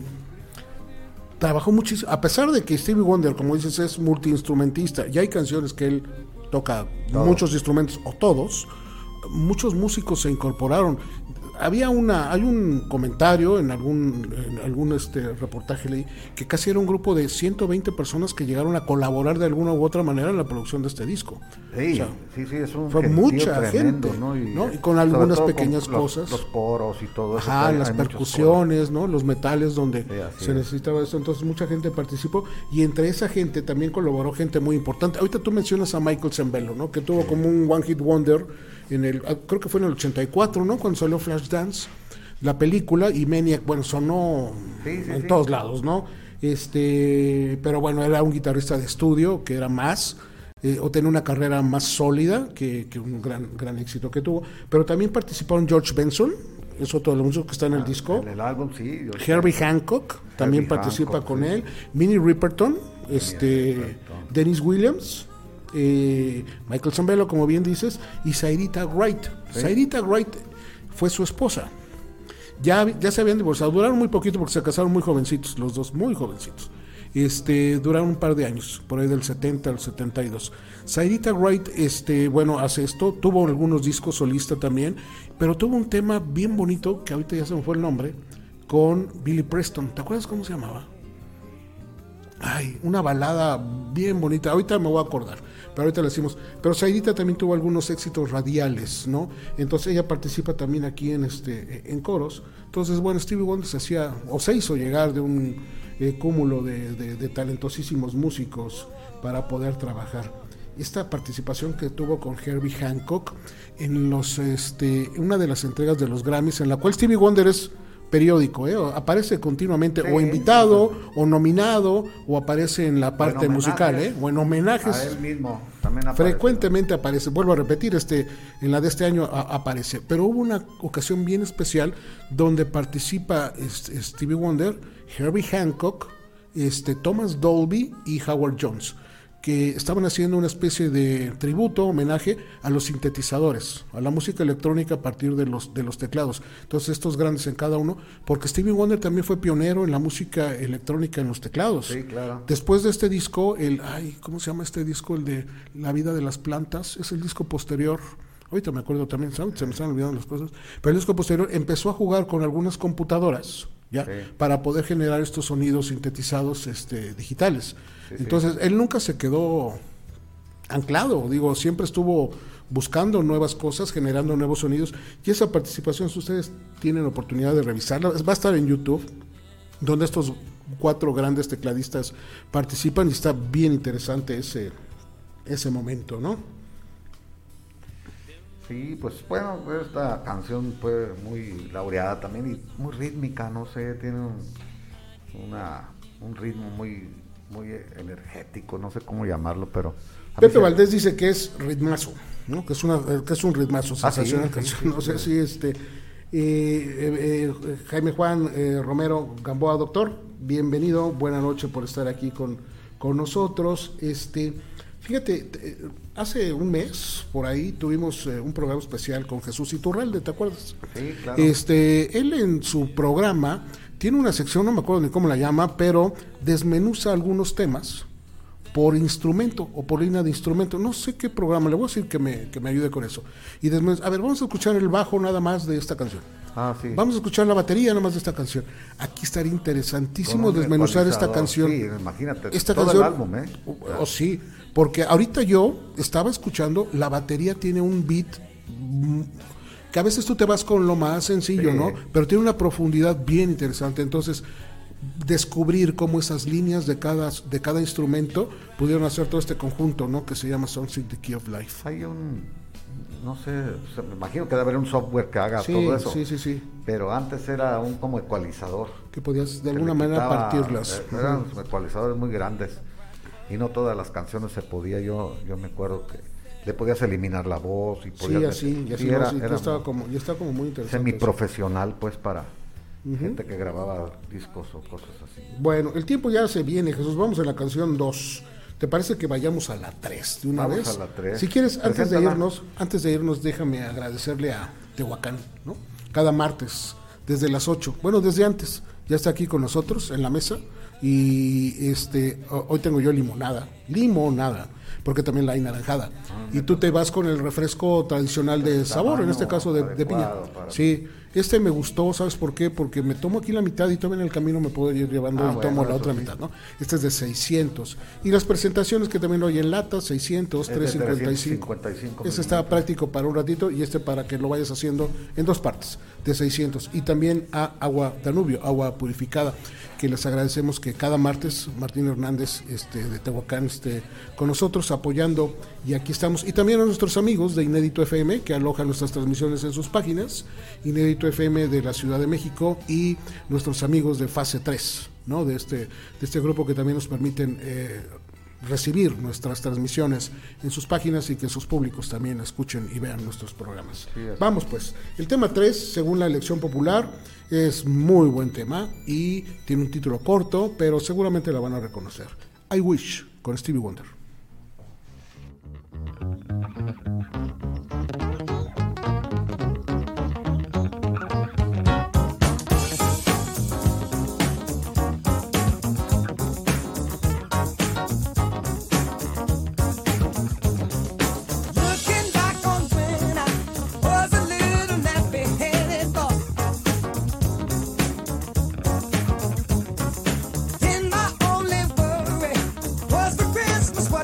trabajó muchísimo, a pesar de que Stevie Wonder, como dices, es multiinstrumentista, y hay canciones que él toca Todo. muchos instrumentos, o todos, muchos músicos se incorporaron. Había una, hay un comentario en algún, en algún este reportaje leí que casi era un grupo de ciento veinte personas que llegaron a colaborar de alguna u otra manera en la producción de este disco. Sí, o sea, sí, sí, es un fue mucha tremendo, gente, ¿no? Y, ¿no? Y con algunas pequeñas con cosas. Los, los coros y todo eso. Ajá, hay, las hay percusiones, ¿no? Los metales donde sí, se necesitaba eso. Entonces mucha gente participó y entre esa gente también colaboró gente muy importante. Ahorita tú mencionas a Michael Sembello, ¿no? Que tuvo sí. como un one hit wonder en el, creo que fue en el ochenta y cuatro, ¿no? Cuando salió Flashdance, la película, y Maniac, bueno, sonó sí, sí, en sí. todos lados, ¿no? Este, pero bueno, era un guitarrista de estudio que era más, eh, o tenía una carrera más sólida que, que un gran, gran éxito que tuvo. Pero también participaron George Benson, es otro de los músicos que está en el ah, disco. En el álbum, sí. Herbie Hancock Herbie también participa Hancock, con sí. él. Minnie Riperton, este, Riperton. Dennis Williams. Eh, Michael Sembello, como bien dices, y Zairita Wright. ¿Sí? Zairita Wright fue su esposa. Ya, ya se habían divorciado, duraron muy poquito porque se casaron muy jovencitos, los dos, muy jovencitos. Este, duraron un par de años, por ahí del setenta al setenta y dos. Zairita Wright, este, bueno, hace esto, tuvo algunos discos solista también, pero tuvo un tema bien bonito, que ahorita ya se me fue el nombre, con Billy Preston. ¿Te acuerdas cómo se llamaba? Ay, una balada bien bonita, ahorita me voy a acordar, pero ahorita le decimos. Pero Zairita también tuvo algunos éxitos radiales, ¿no? Entonces ella participa también aquí en este en coros. Entonces, bueno, Stevie Wonder se hacía, o se hizo llegar de un eh, cúmulo de, de, de talentosísimos músicos para poder trabajar. Esta participación que tuvo con Herbie Hancock en los este una de las entregas de los Grammys, en la cual Stevie Wonder es periódico, ¿eh? Aparece continuamente, sí, o invitado, sí, o nominado, o aparece en la parte en musical, ¿eh? O en homenajes. A él mismo también aparece. Frecuentemente aparece, vuelvo a repetir, este, en la de este año a, aparece. Pero hubo una ocasión bien especial donde participa este, Stevie Wonder, Herbie Hancock, este, Thomas Dolby y Howard Jones, que estaban haciendo una especie de tributo, homenaje a los sintetizadores, a la música electrónica a partir de los, de los teclados. Entonces estos grandes en cada uno, porque Stevie Wonder también fue pionero en la música electrónica en los teclados. Sí, claro. Después de este disco, el, ay, ¿cómo se llama este disco? El de La vida de las plantas, es el disco posterior. Ahorita me acuerdo también, ¿sabes? Se me están olvidando las cosas. Pero el disco posterior empezó a jugar con algunas computadoras, ¿ya? Sí. Para poder generar estos sonidos sintetizados este, digitales. Sí, Entonces, sí. él nunca se quedó anclado, digo, siempre estuvo buscando nuevas cosas, generando nuevos sonidos, y esa participación, si ustedes tienen oportunidad de revisarla, va a estar en YouTube, donde estos cuatro grandes tecladistas participan, y está bien interesante ese, ese momento, ¿no? Sí, pues bueno, esta canción fue muy laureada también y muy rítmica, no sé, tiene un, una, un ritmo muy, muy energético, no sé cómo llamarlo, pero... Pepe Valdés se... dice que es ritmazo, ¿no? Que es, una, que es un ritmazo, sensacional ah, sí, canción, sí, sí, no sé sí. si este... Eh, eh, eh, Jaime Juan eh, Romero Gamboa, doctor, bienvenido, buena noche por estar aquí con, con nosotros. Este, fíjate, hace un mes por ahí tuvimos eh, un programa especial con Jesús Iturralde, ¿te acuerdas? Sí, claro. Este, él en su programa tiene una sección, no me acuerdo ni cómo la llama, pero desmenuza algunos temas por instrumento o por línea de instrumento, no sé qué programa, le voy a decir que me, que me ayude con eso. Y desmenuza, a ver, vamos a escuchar el bajo nada más de esta canción. Ah, sí. Vamos a escuchar la batería nada más de esta canción. Aquí estaría interesantísimo desmenuzar esta canción. Sí, imagínate, esta todo canción, el álbum, ¿eh? O, o sí, porque ahorita yo estaba escuchando, la batería tiene un beat mmm, que a veces tú te vas con lo más sencillo, sí. ¿no? Pero tiene una profundidad bien interesante, entonces descubrir cómo esas líneas de cada de cada instrumento pudieron hacer todo este conjunto, ¿no? Que se llama Songs in the Key of Life. Hay un, no sé, me imagino que debe haber un software que haga sí, todo eso. Sí, sí, sí. Pero antes era un como ecualizador. Que podías de alguna manera quitaba, partirlas. Eran uh-huh. ecualizadores muy grandes y no todas las canciones se podía. Yo yo me acuerdo que le podías eliminar la voz y podías sí, así, y así, sí, era, sí, era estaba como, yo estaba como muy interesante. Semiprofesional, pues, para uh-huh. gente que grababa discos o cosas así. Bueno, el tiempo ya se viene, Jesús. Vamos a la canción dos. ¿Te parece que vayamos a la tres de una Vamos vez? a la tres. Si quieres, antes de irnos, antes de irnos, déjame agradecerle a Tehuacán, ¿no? Cada martes, desde las ocho, bueno, desde antes, ya está aquí con nosotros en la mesa. Y este hoy tengo yo limonada, limonada, porque también la hay naranjada. Ah, y tú te vas con el refresco tradicional de sabor, en este caso de, de piña. Sí, este me gustó, ¿sabes por qué? Porque me tomo aquí la mitad y todavía en el camino me puedo ir llevando ah, y bueno, tomo la otra sí. mitad, ¿no? Este es de seiscientos. Y las presentaciones que también hay en lata, seiscientos, trescientos cincuenta y cinco. Este está práctico para un ratito y este para que lo vayas haciendo en dos partes, de seiscientos. Y también a agua Danubio, agua purificada, que les agradecemos que cada martes Martín Hernández este, de Tehuacán esté con nosotros apoyando, y aquí estamos. Y también a nuestros amigos de Inédito F M, que alojan nuestras transmisiones en sus páginas, Inédito F M de la Ciudad de México, y nuestros amigos de Fase tres, ¿no? de, este, de este grupo que también nos permiten eh, recibir nuestras transmisiones en sus páginas y que sus públicos también escuchen y vean nuestros programas. Sí, vamos pues, el tema tres, según la elección popular, es muy buen tema y tiene un título corto, pero seguramente la van a reconocer. I Wish, con Stevie Wonder. Christmas.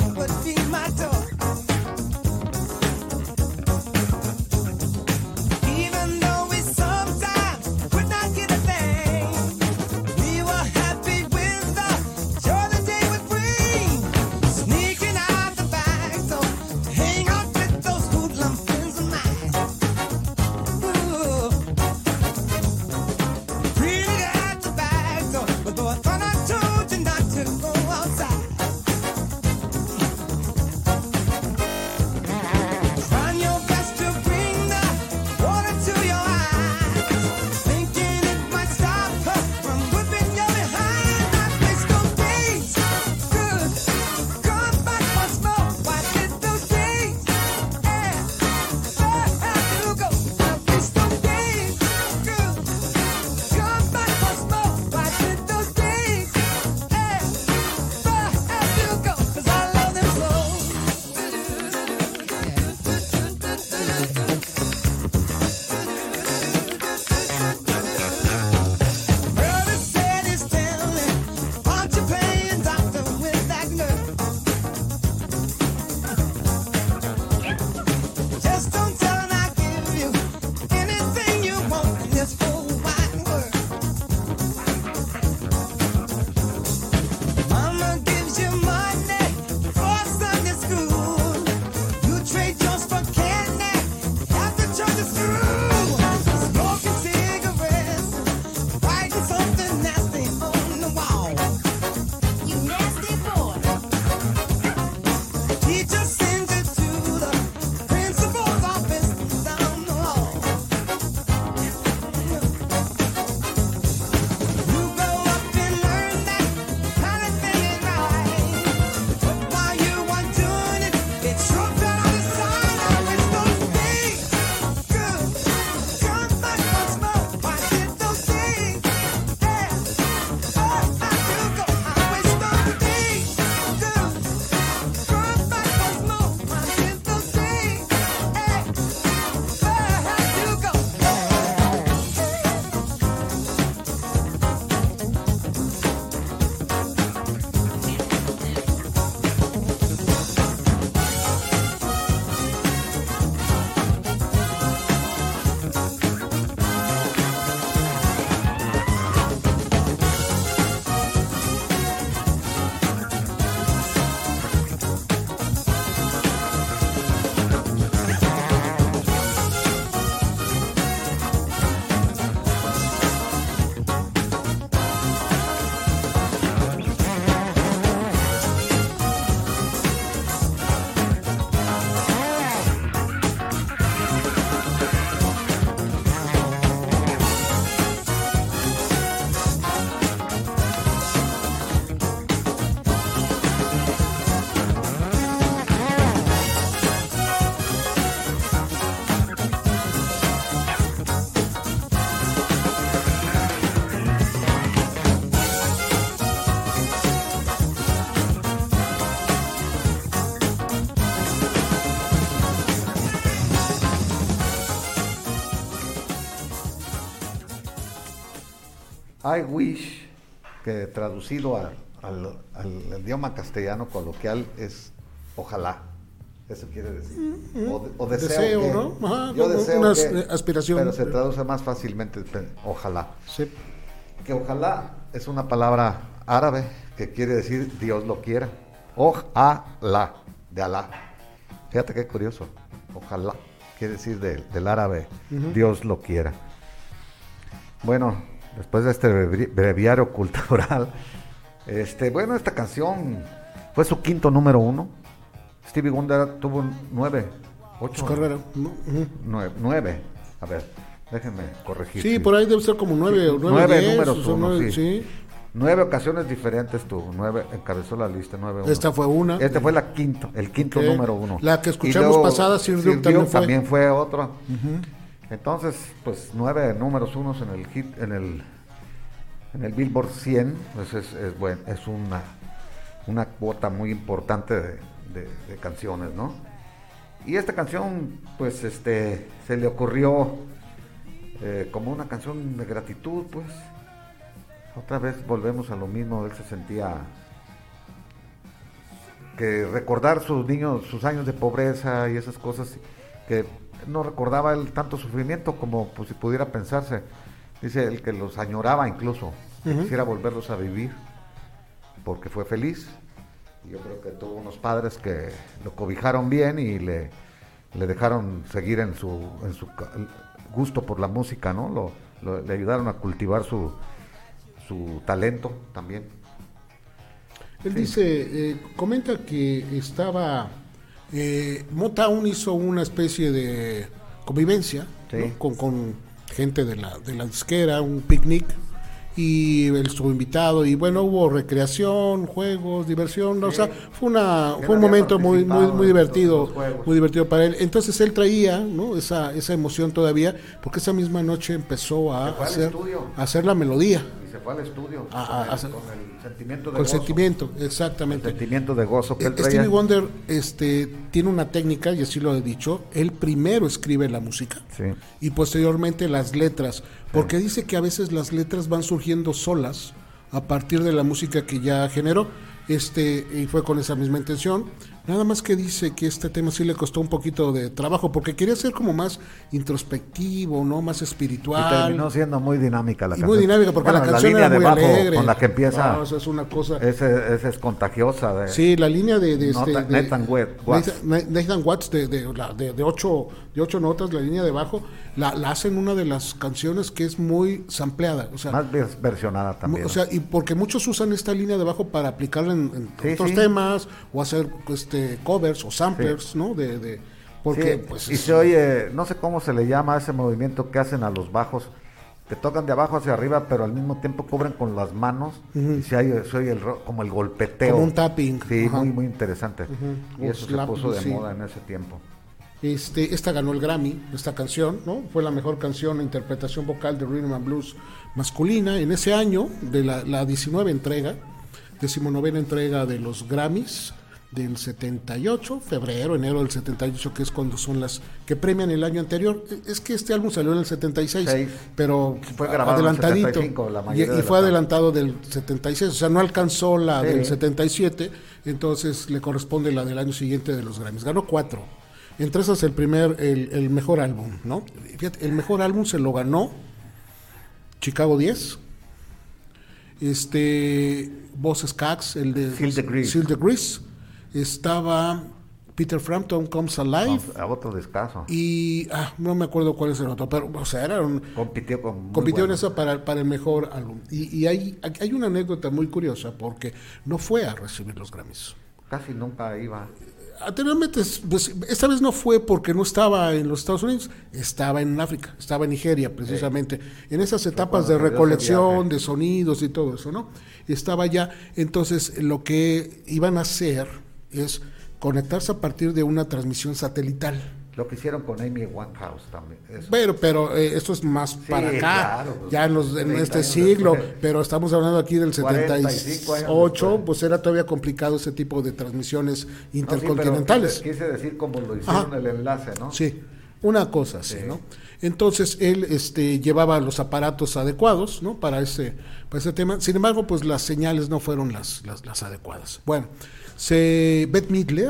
I wish, que traducido a, al, al, al idioma castellano coloquial es ojalá. Eso quiere decir. O, o deseo, deseo que, ¿no? Ajá, yo deseo una que, aspiración. pero se traduce más fácilmente, ojalá. Sí. Que ojalá es una palabra árabe que quiere decir Dios lo quiera. Ojalá, de Alá. Fíjate qué curioso. Ojalá, quiere decir de, del árabe, uh-huh. Dios lo quiera. Bueno, después de este breviario cultural, este, bueno, esta canción fue su quinto número uno. Stevie Wonder tuvo nueve, ocho. Su carrera. Uh-huh. Nueve, nueve. A ver, déjenme corregir. Sí, sí, por ahí debe ser como nueve sí, o nueve. Nueve diez, números uno, nueve, sí. sí. Nueve ocasiones diferentes tuvo, nueve, encabezó la lista, nueve uno. Esta fue una. Este fue la quinto, el quinto okay. número uno. La que escuchamos luego, pasada, Sir Duke también fue. también fue otro. Uh-huh. Entonces, pues nueve números unos en el hit, en el en el Billboard cien, pues es, es bueno, es una una cuota muy importante de, de, de canciones, ¿no? Y esta canción, pues, este, se le ocurrió eh, como una canción de gratitud, pues. Otra vez volvemos a lo mismo, él se sentía que recordar sus niños, sus años de pobreza y esas cosas, que no recordaba él tanto sufrimiento como pues, si pudiera pensarse. Dice él que los añoraba incluso, que uh-huh. quisiera volverlos a vivir, porque fue feliz. Y yo creo que tuvo unos padres que lo cobijaron bien y le, le dejaron seguir en su, en su gusto por la música, ¿no? Lo, lo, le ayudaron a cultivar su su talento también. Él sí. dice, eh, comenta que estaba, eh, Motown hizo una especie de convivencia sí. ¿no? con, con gente de la, de la disquera, un picnic, y él estuvo invitado, y bueno, hubo recreación, juegos, diversión, sí. o sea, fue una fue un momento muy muy muy divertido, muy divertido para él. Entonces él traía, ¿no? esa esa emoción todavía, porque esa misma noche empezó a hacer a hacer la melodía. Y se fue al estudio a, con, a, el, hacer, con el sentimiento de con gozo. sentimiento, exactamente. El sentimiento de gozo que él traía. Stevie Wonder este tiene una técnica, y así lo he dicho, él primero escribe la música sí. y posteriormente las letras, porque sí. dice que a veces las letras van surgiendo solas a partir de la música que ya generó, este y fue con esa misma intención. Nada más que dice que este tema sí le costó un poquito de trabajo, porque quería ser como más introspectivo, no más espiritual. Y terminó siendo muy dinámica la y canción. Muy dinámica, porque bueno, la canción la línea era muy de bajo alegre. Con la que empieza. No, eso es una cosa. Esa es, es contagiosa. De, sí, la línea de, de, nota, este, de Nathan Watts. Nathan, Nathan Watts de, de, de, de, ocho, de ocho notas, la línea de bajo, la, la hacen una de las canciones que es muy sampleada. O sea, más versionada también. O sea, y porque muchos usan esta línea de bajo para aplicarla en, en sí, otros sí. temas, o hacer este covers o samplers, sí. ¿no? De, de porque sí, pues y es, se oye, no sé cómo se le llama a ese movimiento que hacen a los bajos, que tocan de abajo hacia arriba, pero al mismo tiempo cubren con las manos, uh-huh. y se oye, se oye el, como el golpeteo. Como un tapping. Sí, uh-huh. muy, muy interesante. Uh-huh. Y eso slap, se puso de sí. moda en ese tiempo. Este, esta ganó el Grammy, esta canción, ¿no? Fue la mejor canción e interpretación vocal de Rhythm and Blues masculina en ese año, de la, la diecinueve entrega, decimonovena entrega de los Grammys del setenta y ocho, febrero, enero del setenta y ocho, que es cuando son las que premian el año anterior. Es que este álbum salió en el setenta y seis, seis. Pero fue grabado adelantadito, en el setenta y cinco, la y, y fue la adelantado del setenta y seis, o sea, no alcanzó la sí. del setenta y siete, entonces le corresponde la del año siguiente de los Grammys. Ganó cuatro. Entre esas el primer, el, el mejor álbum, ¿no? Fíjate, el mejor álbum se lo ganó Chicago diez, este, Boss Skaggs, el de Seal the Grease. Seal the Grease. Estaba Peter Frampton, Comes Alive. No, a otro descaso. Y ah, no me acuerdo cuál es el otro, pero o sea, era un, compitió con compitió bueno. en eso para, para el mejor álbum. Y, y hay, hay una anécdota muy curiosa, porque no fue a recibir los Grammys. Casi nunca iba. Anteriormente, pues, esta vez no fue porque no estaba en los Estados Unidos, estaba en África, estaba en Nigeria precisamente, sí. en esas etapas de recolección de sonidos y todo eso, ¿no? Estaba allá, entonces lo que iban a hacer es conectarse a partir de una transmisión satelital. Lo que hicieron con Amy Winehouse también. Eso. Pero, pero eh, esto es más sí, para acá, claro, pues, ya en, los, en este siglo, después, pero estamos hablando aquí del setenta y ocho, pues era todavía complicado ese tipo de transmisiones intercontinentales. No, sí, quise decir como lo hicieron Ajá. el enlace, ¿no? Sí. Una cosa así, sí. ¿no? Entonces él este, llevaba los aparatos adecuados, ¿no? Para ese, para ese tema. Sin embargo, pues las señales no fueron las, las, las adecuadas. Bueno, se, Bette Midler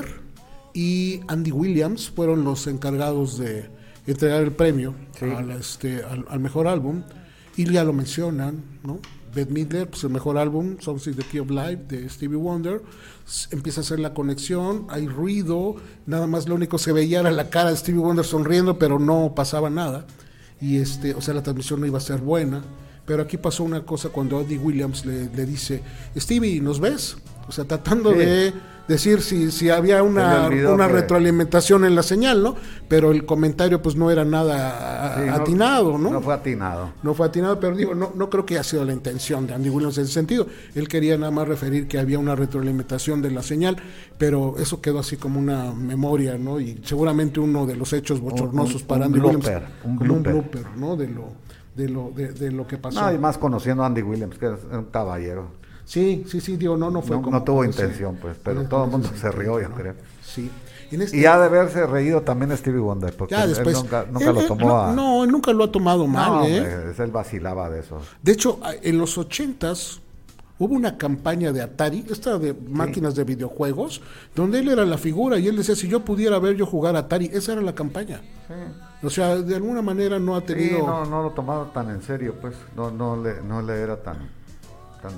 y Andy Williams fueron los encargados de entregar el premio sí. al, este, al, al mejor álbum. Y ya lo mencionan, ¿no? Bette Midler, pues el mejor álbum, Songs in the Key of Life, de Stevie Wonder. Empieza a hacer la conexión, hay ruido, nada más lo único que se veía era la cara de Stevie Wonder sonriendo, pero no pasaba nada. Y este, o sea, la transmisión no iba a ser buena. Pero aquí pasó una cosa cuando Andy Williams le, le dice, Stevie, ¿nos ves? O sea, tratando sí. de decir si, si había una, una que... retroalimentación en la señal, ¿no? Pero el comentario pues no era nada sí, atinado, ¿no? No fue atinado. No fue atinado, pero digo, no, no creo que haya sido la intención de Andy Williams en ese sentido. Él quería nada más referir que había una retroalimentación de la señal, pero eso quedó así como una memoria, ¿no? Y seguramente uno de los hechos bochornosos un, un, para Andy blooper, Williams. Un como blooper. un blooper, ¿no? De lo, de lo, de, de lo que pasó. No, y más conociendo a Andy Williams, que es un caballero. Sí, sí, sí, digo, no, no fue no, como... No tuvo intención, ese, pues, pero todo el mundo se rió, yo ¿no? creo. Sí. En este... Y ha de haberse reído también Stevie Wonder, porque ya, después, él nunca, nunca él, lo tomó no, a... No, él nunca lo ha tomado mal, no, ¿eh? Hombre, él vacilaba de eso. De hecho, en los ochentas hubo una campaña de Atari, esta de máquinas sí. de videojuegos, donde él era la figura y él decía, si yo pudiera ver yo jugar Atari, esa era la campaña. Sí. O sea, de alguna manera no ha tenido... Sí, no, no lo tomaba tan en serio, pues, no, no, le, no le era tan... tan...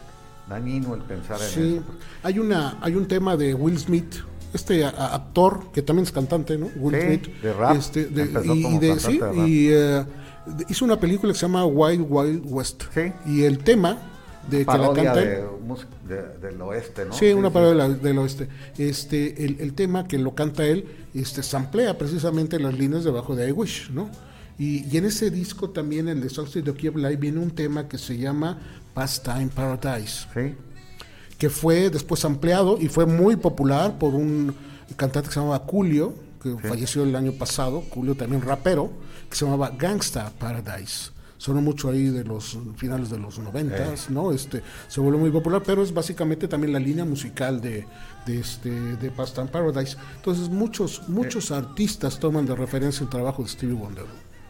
dañino el pensar en sí. eso. Hay una, hay un tema de Will Smith, este a, a, actor que también es cantante, ¿no? Will sí, Smith, de rap. Este, de, y, y de, sí, de rap. Y uh, de, hizo una película que se llama Wild Wild West. Sí. Y el tema de parodia que la canta de, de, del oeste, ¿no? Sí, sí una parodia sí. del oeste. Este, el, el tema que lo canta él, este, samplea precisamente las líneas debajo de I Wish, ¿no? Y, y en ese disco también, el de Songs in the Key of Life, viene un tema que se llama Pastime Paradise, sí. que fue después ampliado y fue muy popular por un cantante que se llamaba Coolio, que sí. falleció el año pasado, Coolio también rapero, que se llamaba Gangsta Paradise. Sonó mucho ahí de los finales de los noventas, eh. ¿no? Este, se volvió muy popular, pero es básicamente también la línea musical de, de este de Pastime Paradise. Entonces muchos muchos eh. artistas toman de referencia el trabajo de Stevie Wonder.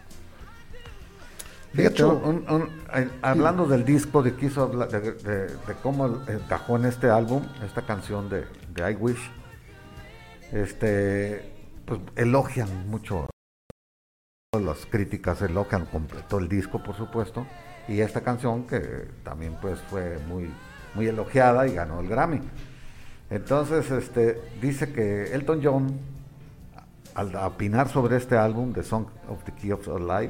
De Fíjate, hecho, un, un, un, hablando sí. del disco, de, quiso de, de, de, de cómo encajó en este álbum, esta canción de, de I Wish, este, pues elogian mucho, las críticas elogian completo el disco, por supuesto, y esta canción que también pues fue muy, muy elogiada y ganó el Grammy. Entonces, este, dice que Elton John, al opinar sobre este álbum, The Song of the Key of Life,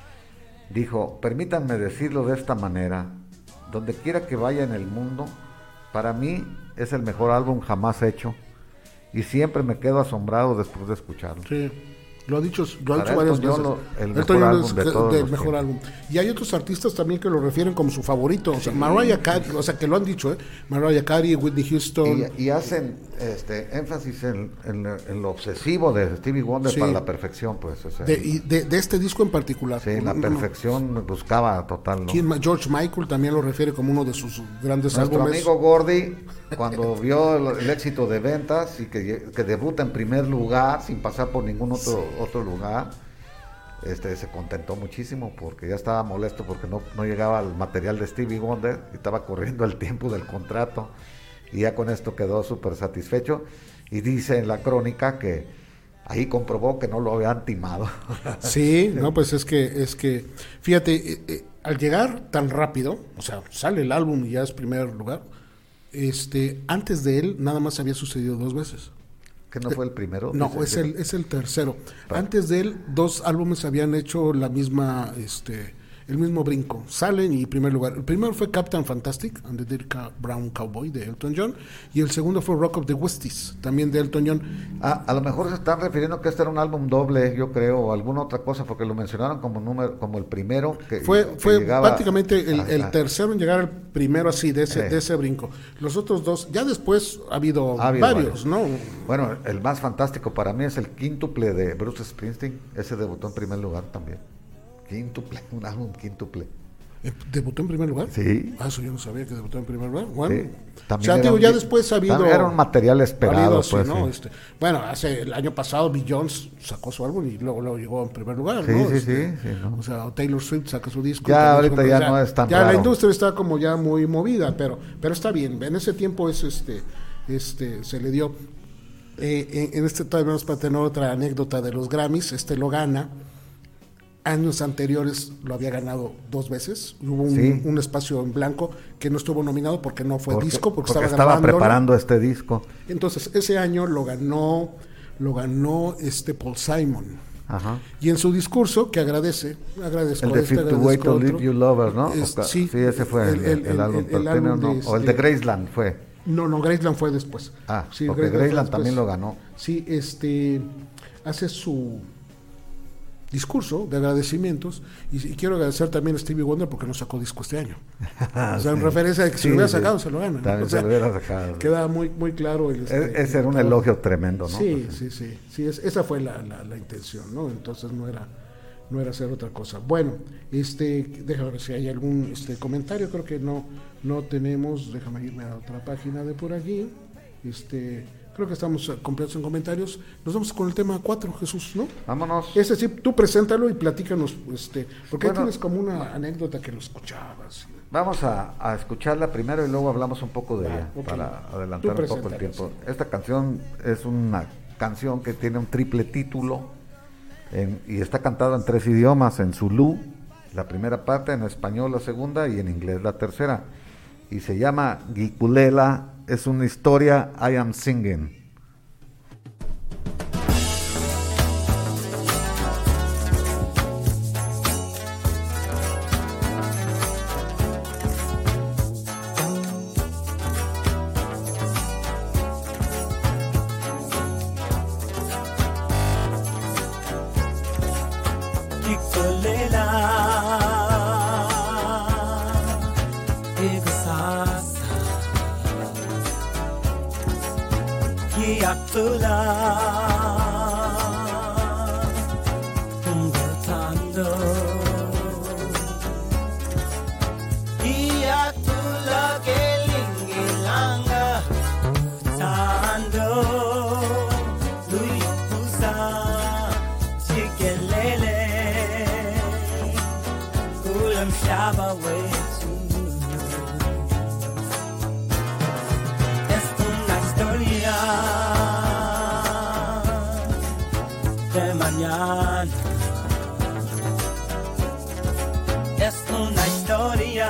dijo, permítanme decirlo de esta manera, donde quiera que vaya en el mundo, para mí es el mejor álbum jamás hecho y siempre me quedo asombrado después de escucharlo. Sí, lo ha dicho, lo ha dicho varias veces. Lo, el mejor Elton álbum de todos del mejor álbum. Y hay otros artistas también que lo refieren como su favorito, o sea, sí. Mariah Carey, o sea, que lo han dicho, ¿eh? Mariah Carey, Whitney Houston. Y, y hacen este énfasis en, en, en lo obsesivo de Stevie Wonder sí. para la perfección, pues. O sea, de, y de, de este disco en particular. Sí, la perfección no, buscaba total. ¿no? George Michael también lo refiere como uno de sus grandes Nuestro álbumes. Nuestro amigo Gordy, cuando vio el, el éxito de ventas y que, que debuta en primer lugar sin pasar por ningún otro otro lugar, este se contentó muchísimo porque ya estaba molesto porque no, no llegaba el material de Stevie Wonder y estaba corriendo el tiempo del contrato y ya con esto quedó súper satisfecho y dice en la crónica que ahí comprobó que no lo habían timado. Sí, no, pues es que es que fíjate, eh, eh, al llegar tan rápido, o sea, sale el álbum y ya es primer lugar, este antes de él nada más había sucedido dos veces. ¿Que no fue el primero? No, es el, es el tercero. Ah. Antes de él, dos álbumes habían hecho la misma, este, el mismo brinco. Salen y primer lugar. El primero fue Captain Fantastic and the Dirty Brown Cowboy de Elton John. Y el segundo fue Rock of the Westies, también de Elton John. Ah, a lo mejor se están refiriendo que este era un álbum doble, yo creo, o alguna otra cosa, porque lo mencionaron como número, como el primero. Que, fue que fue llegaba prácticamente el, a, el a, tercero en llegar al primero así, de ese, eh. de ese brinco. Los otros dos, ya después ha habido, ha habido varios, varios, ¿no? Bueno, el más fantástico para mí es el quíntuple de Bruce Springsteen. Ese debutó en primer lugar también. Quíntuple, un álbum quíntuple. ¿Debutó en primer lugar? Sí. Ah, eso yo no sabía que debutó en primer lugar. Bueno, Sí. También o sea, era digo, un ya di- después ha habido... también era un material esperado, así, pues, ¿no? sí. Este, bueno, hace el año pasado Beyoncé sacó su álbum y luego, luego llegó en primer lugar, Sí, ¿no? sí, Este, sí, sí, ¿no? O sea, Taylor Swift saca su disco. Ya y también ahorita su- ya o sea, no es tan Ya la raro. industria está como ya muy movida, pero pero está bien. En ese tiempo es este este se le dio... Eh, en, en este todavía vamos para tener otra anécdota de los Grammys. Este lo gana. Años anteriores lo había ganado dos veces. Hubo un, Sí. un espacio en blanco que no estuvo nominado porque no fue Porque- disco, porque, porque estaba, estaba grabándolo. preparando este disco. Entonces ese año lo ganó, lo ganó este Paul Simon. Ajá. Y en su discurso, que agradece, agradezco El de este, Fifty agradezco Way to otro, Leave You Lovers, ¿no? es- O ca- sí, sí, ese fue el, el- el, el- álbum. el- pero el tiene álbum uno- de o el de este- Graceland fue. No, no, Graceland fue después. Ah, sí, porque fue Graceland después. también lo ganó. Sí, este hace su discurso de agradecimientos y, y quiero agradecer también a Stevie Wonder porque no sacó disco este año. O sea, en Sí. referencia a que si Sí, lo hubiera sí. sacado se lo gana, ¿no? También O sea, se lo hubiera sacado. queda muy muy claro el, este, E- ese era un el- elogio tremendo, ¿no? Sí, Pues, sí, sí, sí, es- esa fue la, la, la intención, ¿no? Entonces no era no era hacer otra cosa. Bueno, este, déjame ver si hay algún este comentario, creo que no no tenemos, déjame irme a otra página de por aquí. Este, creo que estamos eh, completos en comentarios. Nos vamos con el tema cuatro, Jesús, ¿no? Vámonos. Ese sí, tú preséntalo y platícanos, este, porque ahí Bueno. tienes como una anécdota que lo escuchabas. Vamos a, a escucharla primero y luego hablamos un poco de Va, ella ok. para Tú adelantar un poco el preséntala, tiempo. Esta canción es una canción que tiene un triple título en- y está cantada en tres idiomas, en zulú, la primera parte, en español la segunda y en inglés la tercera. Y se llama Gikulela, es una historia I Am Singing. Gikulela, ikusasa, kiakula, kumgotando, kiakula kelingilanga, utando, luikusa, chikelele. Ulam shaba wetu. Es una historia de mañana. Es una historia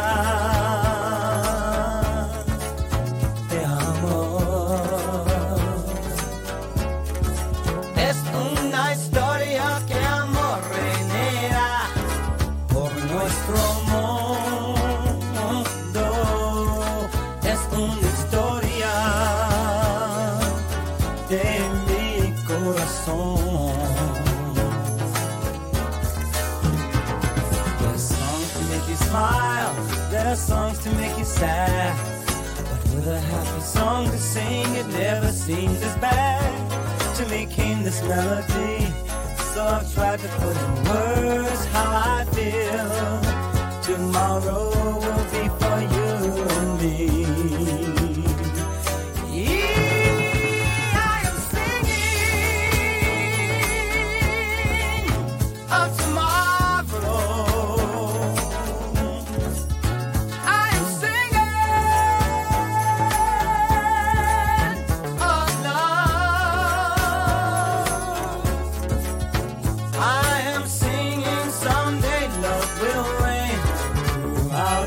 de amor. Es una historia que amor reina por nuestro mundo. Es una historia de mi corazón. There's songs to make you smile, there's songs to make you sad, but with a happy song to sing, it never seems as bad. To me came this melody, so I've tried to put in words how I feel. Tomorrow will be for you and me. Yeah, I am singing of tomorrow. I am singing of love. I am singing someday love will reign throughout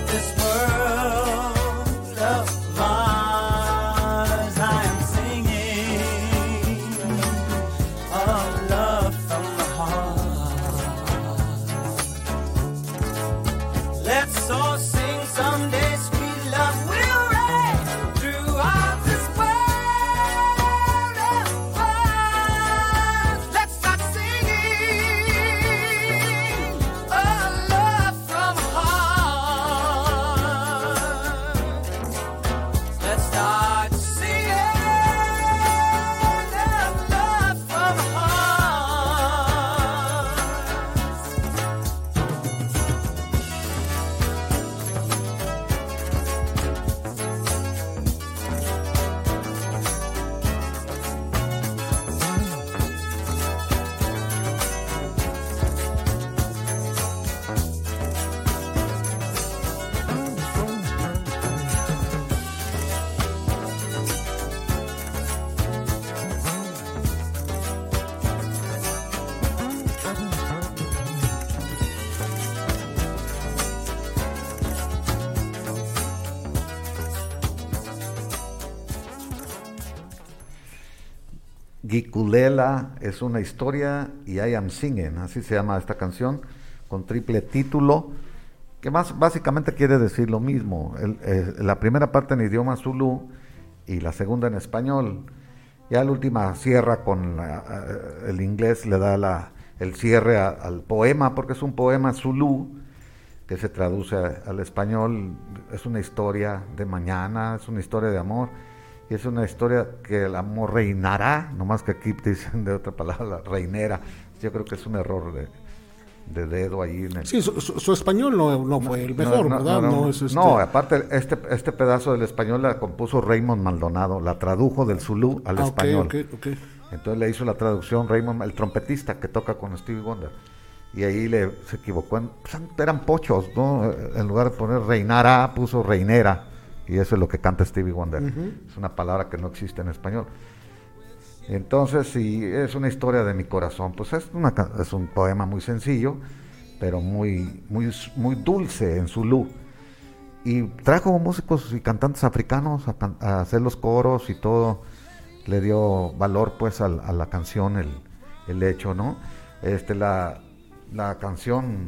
Gikulela es una historia y I Am Singing, así se llama esta canción, con triple título, que más básicamente quiere decir lo mismo. El, eh, la primera parte en idioma zulú y la segunda en español. Ya la última cierra con la, uh, el inglés, le da la, el cierre a, al poema, porque es un poema zulú que se traduce a, al español. Es una historia de mañana, es una historia de amor, y es una historia que el amor reinará, nomás que aquí dicen de otra palabra, reinera. Yo creo que es un error de... de dedo ahí en el... Sí, su, su, su español no, no fue el mejor, no, no, ¿verdad? No, no, no, es este... no, aparte este, este pedazo del español la compuso Raymond Maldonado, la tradujo del zulú al ah, español. Okay, okay, okay. Entonces le hizo la traducción Raymond, el trompetista que toca con Stevie Wonder. Y ahí le se equivocó, en, pues, eran pochos, ¿no? En lugar de poner reinara, puso reinera, y eso es lo que canta Stevie Wonder. Uh-huh. Es una palabra que no existe en español. Entonces, sí, es una historia de mi corazón. Pues es, una, es un poema muy sencillo, pero muy, muy, muy dulce en zulú. Y trajo músicos y cantantes africanos a, a hacer los coros y todo. Le dio valor, pues, a, a la canción, el, el hecho, ¿no? Este, la, la canción,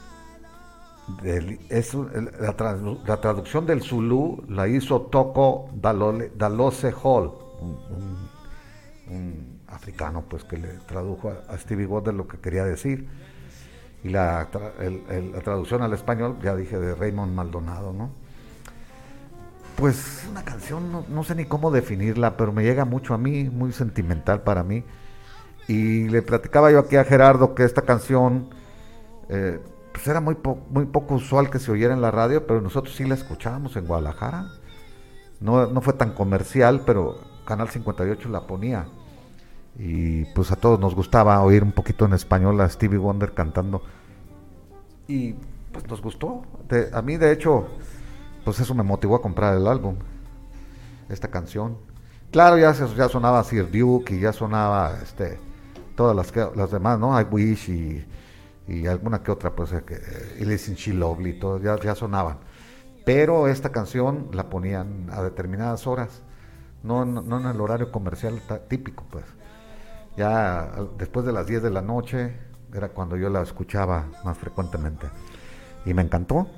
del, es, la, tradu, la traducción del zulú la hizo Toko Dalole, Dalose Hall, un, un un africano, pues, que le tradujo a, a Stevie Wonder lo que quería decir. Y la, tra, el, el, la traducción al español, ya dije, de Raymond Maldonado, ¿no? Pues una canción, no, no sé ni cómo definirla, pero me llega mucho a mí, muy sentimental para mí. Y le platicaba yo aquí a Gerardo que esta canción eh, pues era muy, po, muy poco usual que se oyera en la radio, pero nosotros sí la escuchábamos en Guadalajara. No, no fue tan comercial, pero Canal cincuenta y ocho la ponía, y pues a todos nos gustaba oír un poquito en español a Stevie Wonder cantando, y pues nos gustó. De, a mí de hecho, pues eso me motivó a comprar el álbum, esta canción. Claro, ya, ya sonaba Sir Duke, y ya sonaba este, todas las, que, las demás, ¿no? I Wish, y, y alguna que otra, pues, eh, Isn't She Lovely, todo, ya, ya sonaban. Pero esta canción la ponían a determinadas horas, no, no, no en el horario comercial típico, pues. Ya después de las diez de la noche era cuando yo la escuchaba más frecuentemente. Y me encantó.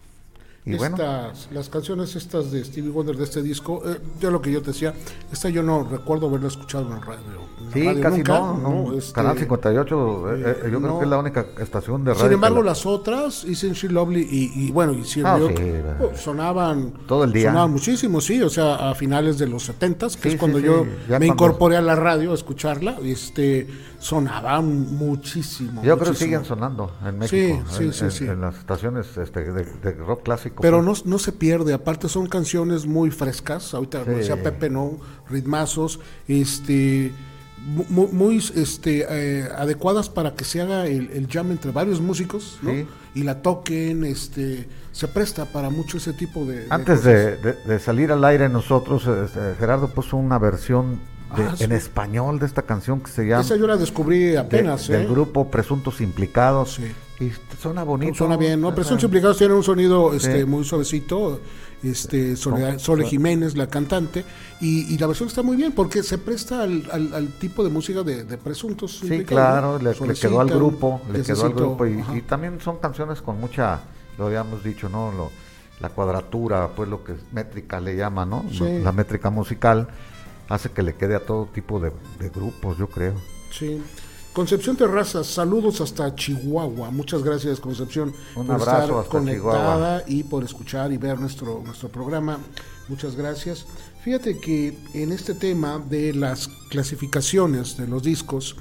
Y estas, bueno, las canciones estas de Stevie Wonder de este disco, eh, ya lo que yo te decía, esta yo no recuerdo haberla escuchado en la radio. En la sí, radio casi nunca, no, no, no. Este, Canal cincuenta y ocho, eh, eh, yo no, creo que es la única estación de radio. Sin embargo, la... las otras, Isn't She Lovely y, y bueno, y Sir ah, Duke, sí, oh, sonaban todo el día. Sonaban muchísimo, sí, o sea, a finales de los setentas, que sí, es cuando sí, yo sí. me cuando... incorporé a la radio a escucharla, este, sonaban muchísimo. Yo muchísimo. creo que siguen sonando en México, sí, sí, en, sí, en, sí. en las estaciones este, de, de rock clásico. Pero pues. no, no se pierde, aparte son canciones muy frescas, ahorita sí. Lo decía Pepe, ¿no? Ritmazos, este, muy, muy este, eh, adecuadas para que se haga el, el jam entre varios músicos, ¿no? Sí. Y la toquen, este, se presta para mucho ese tipo de... Antes de, de, de, de salir al aire nosotros, este, Gerardo puso una versión de, ah, sí. en español de esta canción que se llama... Esa yo la descubrí apenas, de, ¿eh? Del grupo Presuntos Implicados. Sí. Y suena bonito. Suena bien, ¿no? Presuntos Implicados tienen un sonido este, sí. muy suavecito. Este, Sole, Sole Jiménez, la cantante, y, y la versión está muy bien porque se presta al, al, al tipo de música de, de Presuntos. Sí, claro, le, le quedó al grupo, le quedó al grupo y, y también son canciones con mucha, lo habíamos dicho, ¿no? Lo, la cuadratura, pues lo que métrica le llama, ¿no? Sí. La métrica musical hace que le quede a todo tipo de, de grupos, yo creo. Sí. Concepción Terrazas, saludos hasta Chihuahua. Muchas gracias, Concepción, un por abrazo estar hasta conectada Chihuahua. Y por escuchar y ver nuestro, nuestro programa. Muchas gracias. Fíjate que en este tema de las clasificaciones de los discos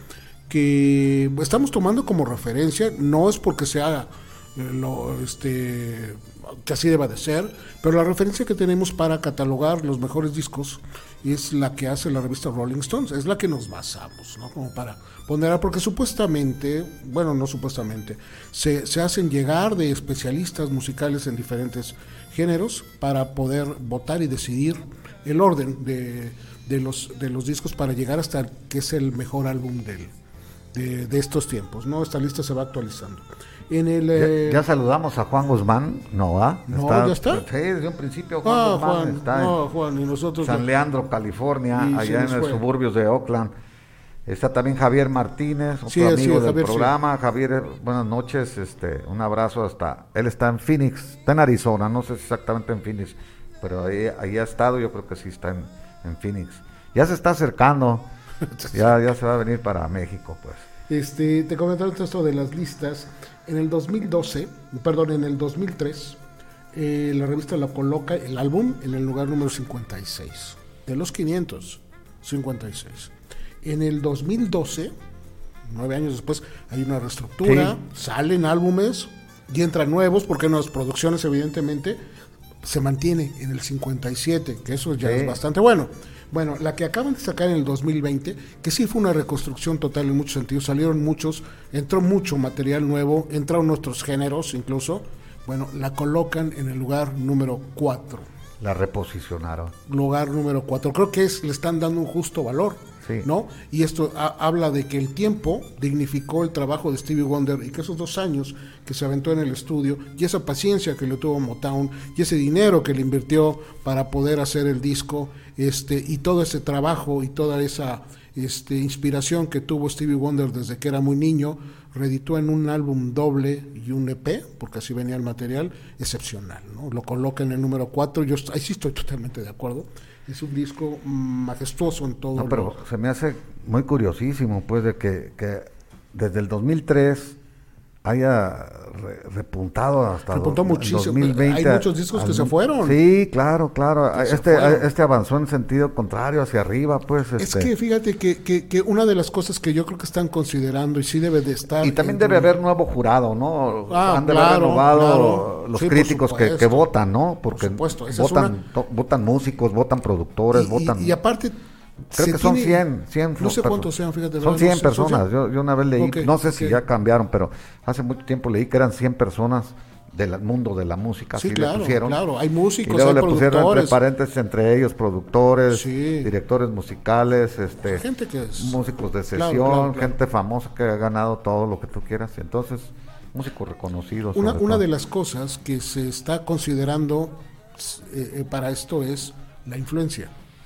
que estamos tomando como referencia, no es porque sea lo, este, que así deba de ser, pero la referencia que tenemos para catalogar los mejores discos es la que hace la revista Rolling Stones, es la que nos basamos, ¿no? Como para poner, porque supuestamente, bueno, no supuestamente, se, se hacen llegar de especialistas musicales en diferentes géneros para poder votar y decidir el orden de, de, los, de los discos para llegar hasta que es el mejor álbum del, de, de estos tiempos, ¿no? Esta lista se va actualizando. En el, eh... ya, ya saludamos a Juan Guzmán, ¿no? ¿ah? No, está, ¿ya está? Sí, desde un principio Juan ah, Guzmán Juan, está no, en Juan, y nosotros San Leandro, California, y allá en los suburbios de Oakland. Está también Javier Martínez, otro Sí, amigo sí, del Javier, programa. Sí. Javier, buenas noches, este, un abrazo hasta, él está en Phoenix, está en Arizona, no sé si exactamente en Phoenix, pero ahí, ahí ha estado, yo creo que sí está en, en Phoenix. Ya se está acercando, ya, ya se va a venir para México, pues. Este, te comentaron esto de las listas. En el dos mil doce, perdón, en el dos mil tres, eh, la revista la coloca el álbum en el lugar número cincuenta y seis. De los quinientos, cincuenta y seis. En el dos mil doce, nueve años después, hay una reestructura, sí. Salen álbumes y entran nuevos, porque en las producciones evidentemente se mantiene en el cincuenta y siete, que eso ya sí. Es bastante bueno. Bueno, la que acaban de sacar en el dos mil veinte, que sí fue una reconstrucción total en muchos sentidos, salieron muchos, entró mucho material nuevo, entraron nuestros géneros incluso, bueno, la colocan en el lugar número cuatro. La reposicionaron. Lugar número cuatro, creo que es, le están dando un justo valor, sí. ¿No? Y esto a, habla de que el tiempo dignificó el trabajo de Stevie Wonder y que esos dos años que se aventó en el estudio y esa paciencia que le tuvo Motown y ese dinero que le invirtió para poder hacer el disco, este y todo ese trabajo y toda esa este, inspiración que tuvo Stevie Wonder desde que era muy niño, reeditó en un álbum doble y un E P, porque así venía el material, excepcional, ¿no? Lo coloca en el número cuatro, yo ahí sí estoy totalmente de acuerdo. Es un disco majestuoso en todo. No, pero lo... se me hace muy curiosísimo, pues, de que, que desde el dos mil tres haya re, repuntado hasta Repuntó do, muchísimo. dos mil veinte. Hay muchos discos al, que se fueron. Sí, claro, claro. Que este este avanzó en sentido contrario, hacia arriba, pues. Es este. que fíjate que, que, que una de las cosas que yo creo que están considerando y sí debe de estar... Y también debe haber nuevo jurado, ¿no? Ah, Han de claro, haber renovado claro. los Sí, críticos que, que votan, ¿no? Porque supuesto, esa votan, es una... to, votan músicos, votan productores, y, votan... Y, y aparte... Creo que son cien, cien. No sé cuántos sean, fíjate. Son cien no sé, personas. ¿son cien? Yo, yo una vez leí, okay, no sé okay. si ya cambiaron, pero hace mucho tiempo leí que eran cien personas del mundo de la música. Sí, así claro, le pusieron. claro. Hay músicos, y luego hay le pusieron productores. entre paréntesis entre ellos productores, sí. directores musicales, este, gente que es... músicos de sesión, claro, claro, claro. gente famosa que ha ganado todo lo que tú quieras. Entonces, músicos reconocidos. Una, una todo. de las cosas que se está considerando eh, para esto es la influencia.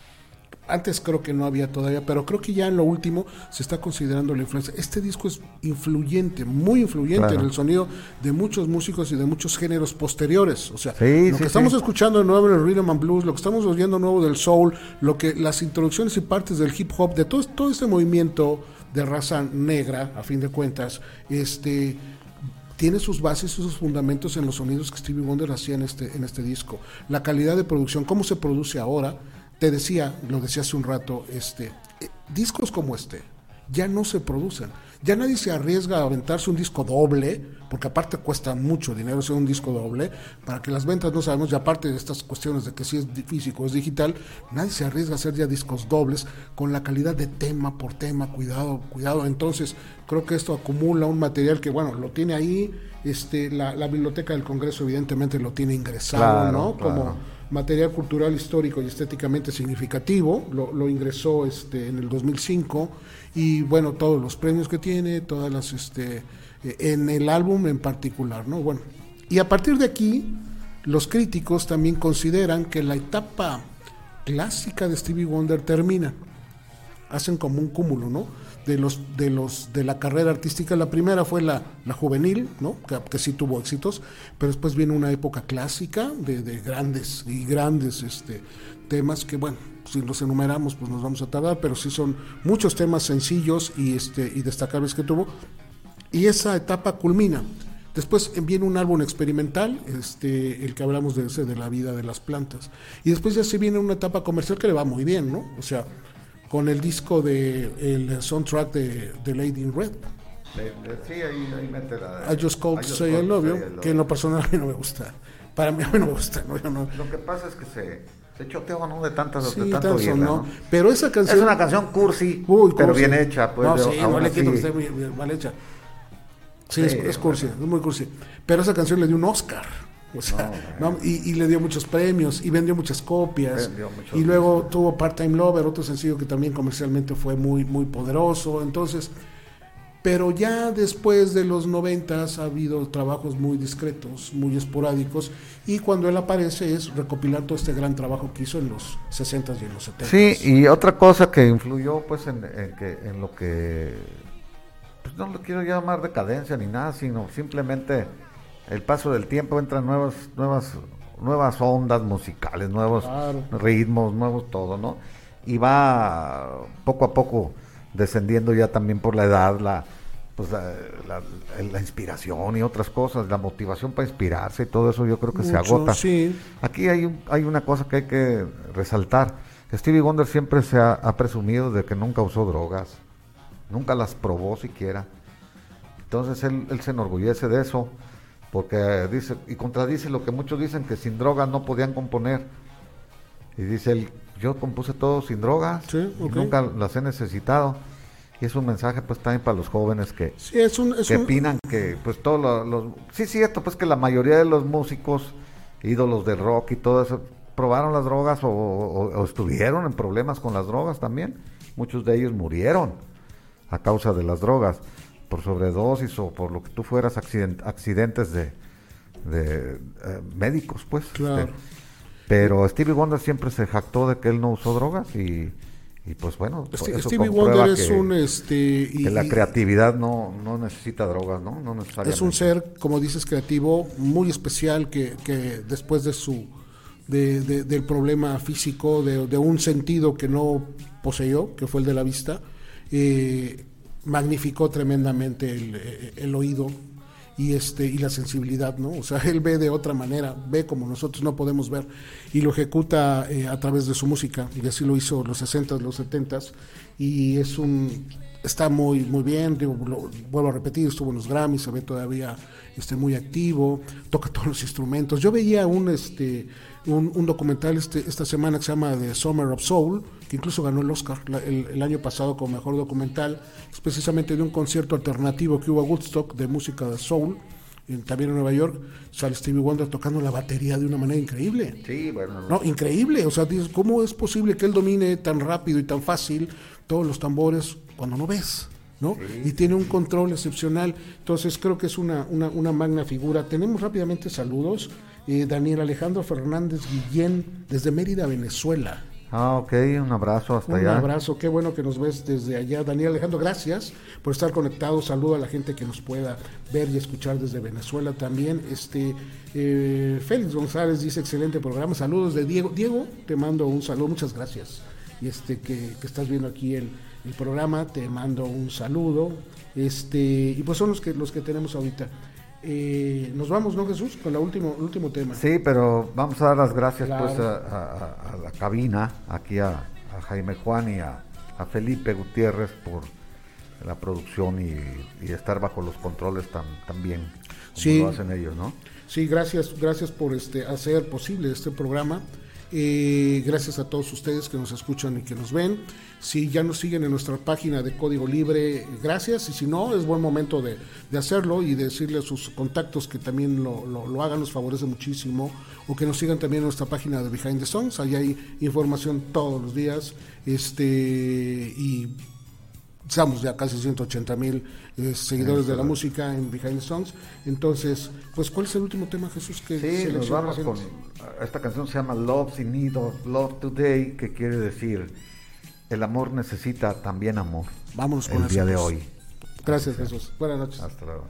Antes creo que no había todavía, pero creo que ya en lo último se está considerando la influencia. Este disco es influyente, muy influyente claro. en el sonido de muchos músicos y de muchos géneros posteriores. O sea, sí, lo sí, que estamos sí. escuchando de nuevo en el Rhythm and Blues, lo que estamos oyendo nuevo del soul, lo que las introducciones y partes del hip hop, de todo, todo este movimiento de raza negra, a fin de cuentas, este... tiene sus bases y sus fundamentos en los sonidos que Stevie Wonder hacía en este, en este disco. La calidad de producción, cómo se produce ahora. Te decía, lo decía hace un rato, este, eh, discos como este ya no se producen. Ya nadie se arriesga a aventarse un disco doble, porque aparte cuesta mucho dinero hacer un disco doble, para que las ventas no sabemos, y aparte de estas cuestiones de que si es físico o es digital, nadie se arriesga a hacer ya discos dobles con la calidad de tema por tema, cuidado, cuidado. Entonces, creo que esto acumula un material que, bueno, lo tiene ahí, este, la, la Biblioteca del Congreso evidentemente lo tiene ingresado, claro, ¿no? Claro. Como material cultural, histórico y estéticamente significativo, lo, lo ingresó este, en el dos mil cinco, y bueno, todos los premios que tiene, todas las, este, eh, en el álbum en particular, ¿no? Bueno, y a partir de aquí, los críticos también consideran que la etapa clásica de Stevie Wonder termina, hacen como un cúmulo, ¿no? De los, de los, de la carrera artística. La primera fue la, la juvenil, ¿no? Que, que sí tuvo éxitos, pero después viene una época clásica de, de grandes y grandes este, temas que, bueno, si los enumeramos, pues nos vamos a tardar, pero sí son muchos temas sencillos y, este, y destacables que tuvo. Y esa etapa culmina. Después viene un álbum experimental, este, el que hablamos de ese, de la vida de las plantas. Y después ya se viene una etapa comercial que le va muy bien, ¿no? O sea, con el disco de el soundtrack de, de Lady in Red. Sí, ahí, ahí mete la... I Just Called to Say I Love You, que en lo personal a mí no me gusta. Para mí a mí no me gusta. No, yo no. Lo que pasa es que se, se choteó, ¿no? De tantas, sí, de tanto tanto, irla, ¿no? ¿no? Pero esa canción... Es una canción cursi, Uy, pero cursi. bien hecha. Pues, no, de, sí, no le así. quito que esté muy, mal hecha. Sí, sí, es, es cursi, bueno. es muy cursi. Pero esa canción le dio un Oscar. O sea, no, ¿no? Y, y le dio muchos premios y vendió muchas copias. Vendió muchos y luego discos. tuvo Part-Time Lover, otro sencillo que también comercialmente fue muy, muy poderoso. Entonces, pero ya después de los noventas ha habido trabajos muy discretos, muy esporádicos, y cuando él aparece es recopilar todo este gran trabajo que hizo en los sesentas y en los setentas. Sí, y otra cosa que influyó pues en, en, que, en lo que, pues no lo quiero llamar decadencia ni nada, sino simplemente el paso del tiempo, entran nuevas, nuevas, nuevas ondas musicales, nuevos claro. ritmos, nuevos todo, ¿no? Y va poco a poco descendiendo ya también por la edad, la pues la, la, la inspiración y otras cosas, la motivación para inspirarse y todo eso yo creo que Mucho, se agota. Sí. Aquí hay, un, hay una cosa que hay que resaltar. Stevie Wonder siempre se ha, ha presumido de que nunca usó drogas, nunca las probó siquiera. Entonces él, él se enorgullece de eso, porque dice, y contradice lo que muchos dicen, que sin drogas no podían componer. Y dice él, yo compuse todo sin drogas, sí, okay. y nunca las he necesitado. Y es un mensaje pues también para los jóvenes que, sí, es un, es que un... opinan que pues todos los, los... Sí, cierto, pues que la mayoría de los músicos, ídolos del rock y todo eso, probaron las drogas o, o, o estuvieron en problemas con las drogas también. Muchos de ellos murieron a causa de las drogas, por sobredosis o por lo que tú fueras, accident, accidentes de, de eh, médicos, pues. Claro. Este, pero Stevie Wonder siempre se jactó de que él no usó drogas y... Y pues bueno, Stevie, eso Stevie comprueba Wonder es que, un este y, que la creatividad no, no necesita drogas, ¿no? No necesariamente. es un ser, como dices, creativo, muy especial que, que después de su de, de, del problema físico, de, de un sentido que no poseyó, que fue el de la vista, eh, magnificó tremendamente el, el oído y este y la sensibilidad, ¿no? O sea, él ve de otra manera, ve como nosotros no podemos ver y lo ejecuta eh, a través de su música, y así lo hizo los sesentas, los setentas, y es un está muy muy bien, digo, lo, vuelvo a repetir, estuvo en los Grammys, se ve todavía este muy activo, toca todos los instrumentos. Yo veía un este un, un documental este esta semana que se llama The Summer of Soul, que incluso ganó el Oscar la, el, el año pasado como mejor documental, es precisamente de un concierto alternativo que hubo a Woodstock de música de soul, en, también en Nueva York. Sale Stevie Wonder tocando la batería de una manera increíble. Sí, bueno. No, increíble, o sea, dices, ¿cómo es posible que él domine tan rápido y tan fácil todos los tambores cuando no ves? ¿No? Sí. Y tiene un control excepcional. Entonces creo que es una, una, una magna figura. Tenemos rápidamente saludos. Eh, Daniel Alejandro Fernández Guillén, desde Mérida, Venezuela. Ah, ok, un abrazo hasta un allá. Un abrazo, qué bueno que nos ves desde allá. Daniel Alejandro, gracias por estar conectado. Saludo a la gente que nos pueda ver y escuchar desde Venezuela también. Este eh, Félix González dice, excelente programa. Saludos de Diego. Diego, te mando un saludo, muchas gracias. Y este que, que estás viendo aquí el, el programa, te mando un saludo. Este, y pues son los que los que tenemos ahorita. Eh, nos vamos, ¿no, Jesús? Con la último, el último tema. Sí, pero vamos a dar las gracias claro. pues a, a, a la cabina, aquí a, a Jaime Juan y a, a Felipe Gutiérrez por la producción y, y estar bajo los controles tan, tan bien como sí. lo hacen ellos, ¿no? Sí, gracias, gracias por este hacer posible este programa. Eh, gracias a todos ustedes que nos escuchan y que nos ven. Si ya nos siguen en nuestra página de Código Libre, gracias, y si no, es buen momento de, de hacerlo y de decirle a sus contactos que también lo, lo, lo hagan, nos favorece muchísimo, o que nos sigan también en nuestra página de Behind the Songs, ahí hay información todos los días, este y estamos ya casi ciento ochenta mil eh, seguidores de la música en Behind the Songs. Entonces, pues, ¿cuál es el último tema, Jesús? Que sí, nos vamos con esta canción, se llama Love's in Need of Love Today, que quiere decir el amor necesita también amor. Vámonos con el eso, día de pues. hoy. Gracias, Jesús. Buenas noches. Hasta luego.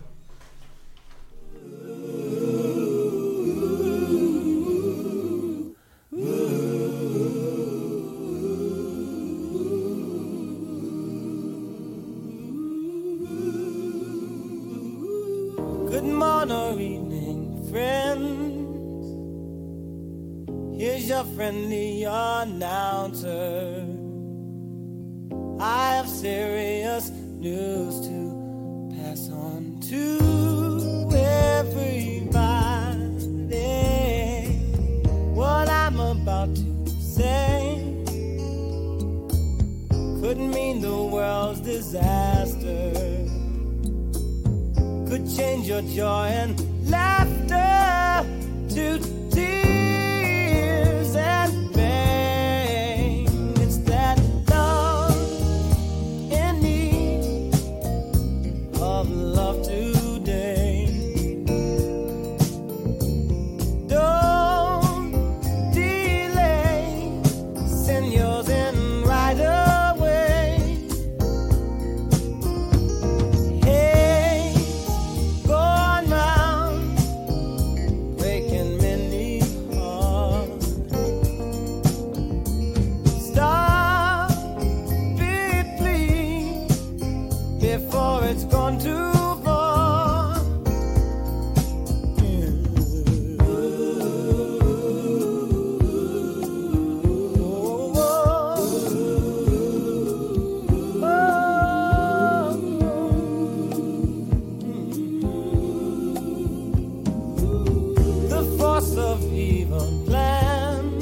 Good morning or evening, friends. Here's your friendly announcer. I have serious news to pass on to everybody. What I'm about to say could mean the world's disaster, could change your joy and laughter to tears and pain. It's that love in need of love today. Don't delay, send yours in right away. Hey, going round, breaking many hearts. Stop it, please, before it's gone too far. The force of evil plans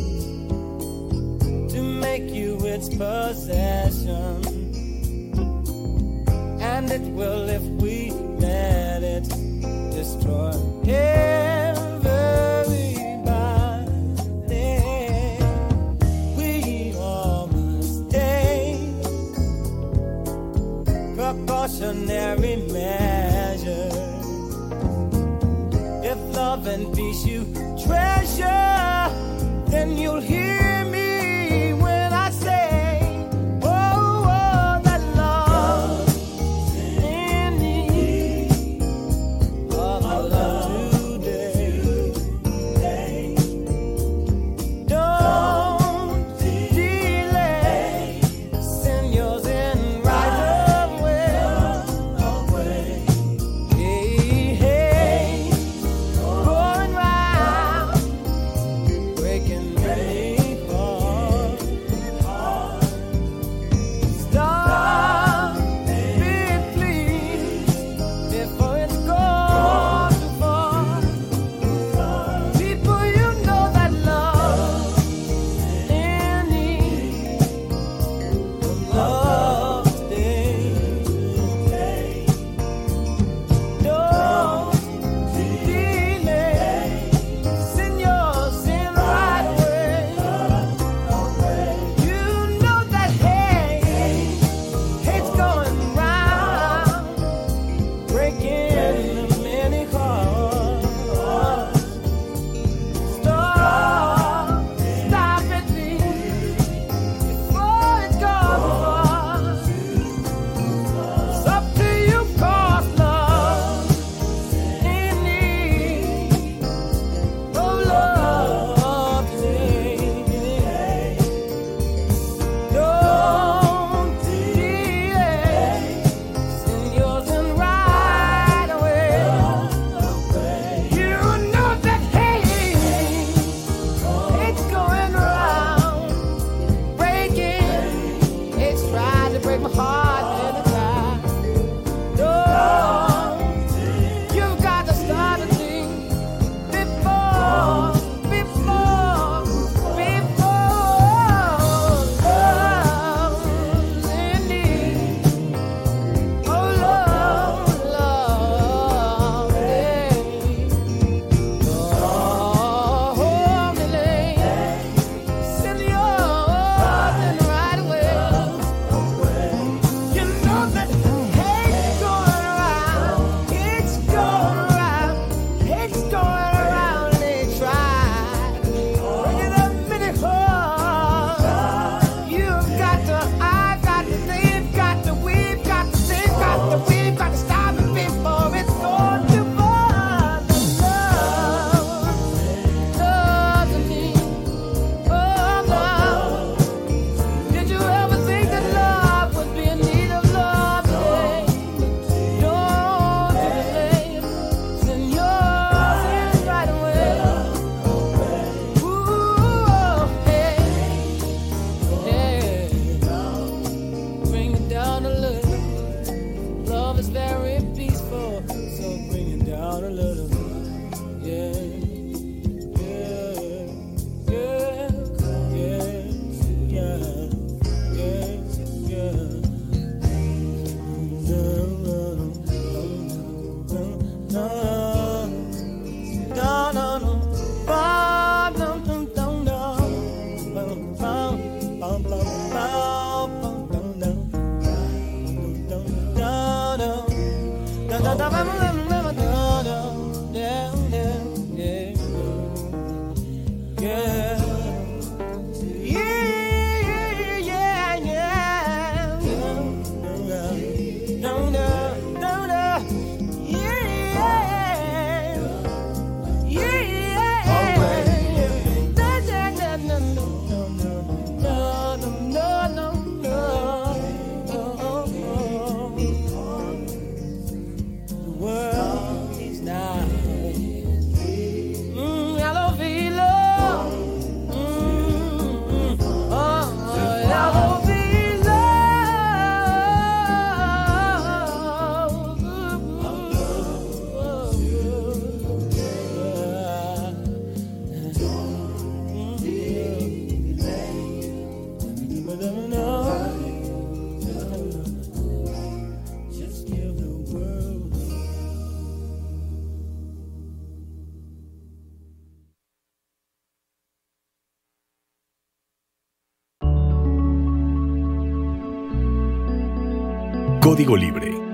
to make you its possession, and it will, if we let it, destroy everybody. We all must take precautionary measures. If love and peace you treasure, then you'll hear me when I say, oh, oh, that love in need of a love today. Don't delay, send yours in right away. Hey, hey, going round, breaking many hearts. Código Libre.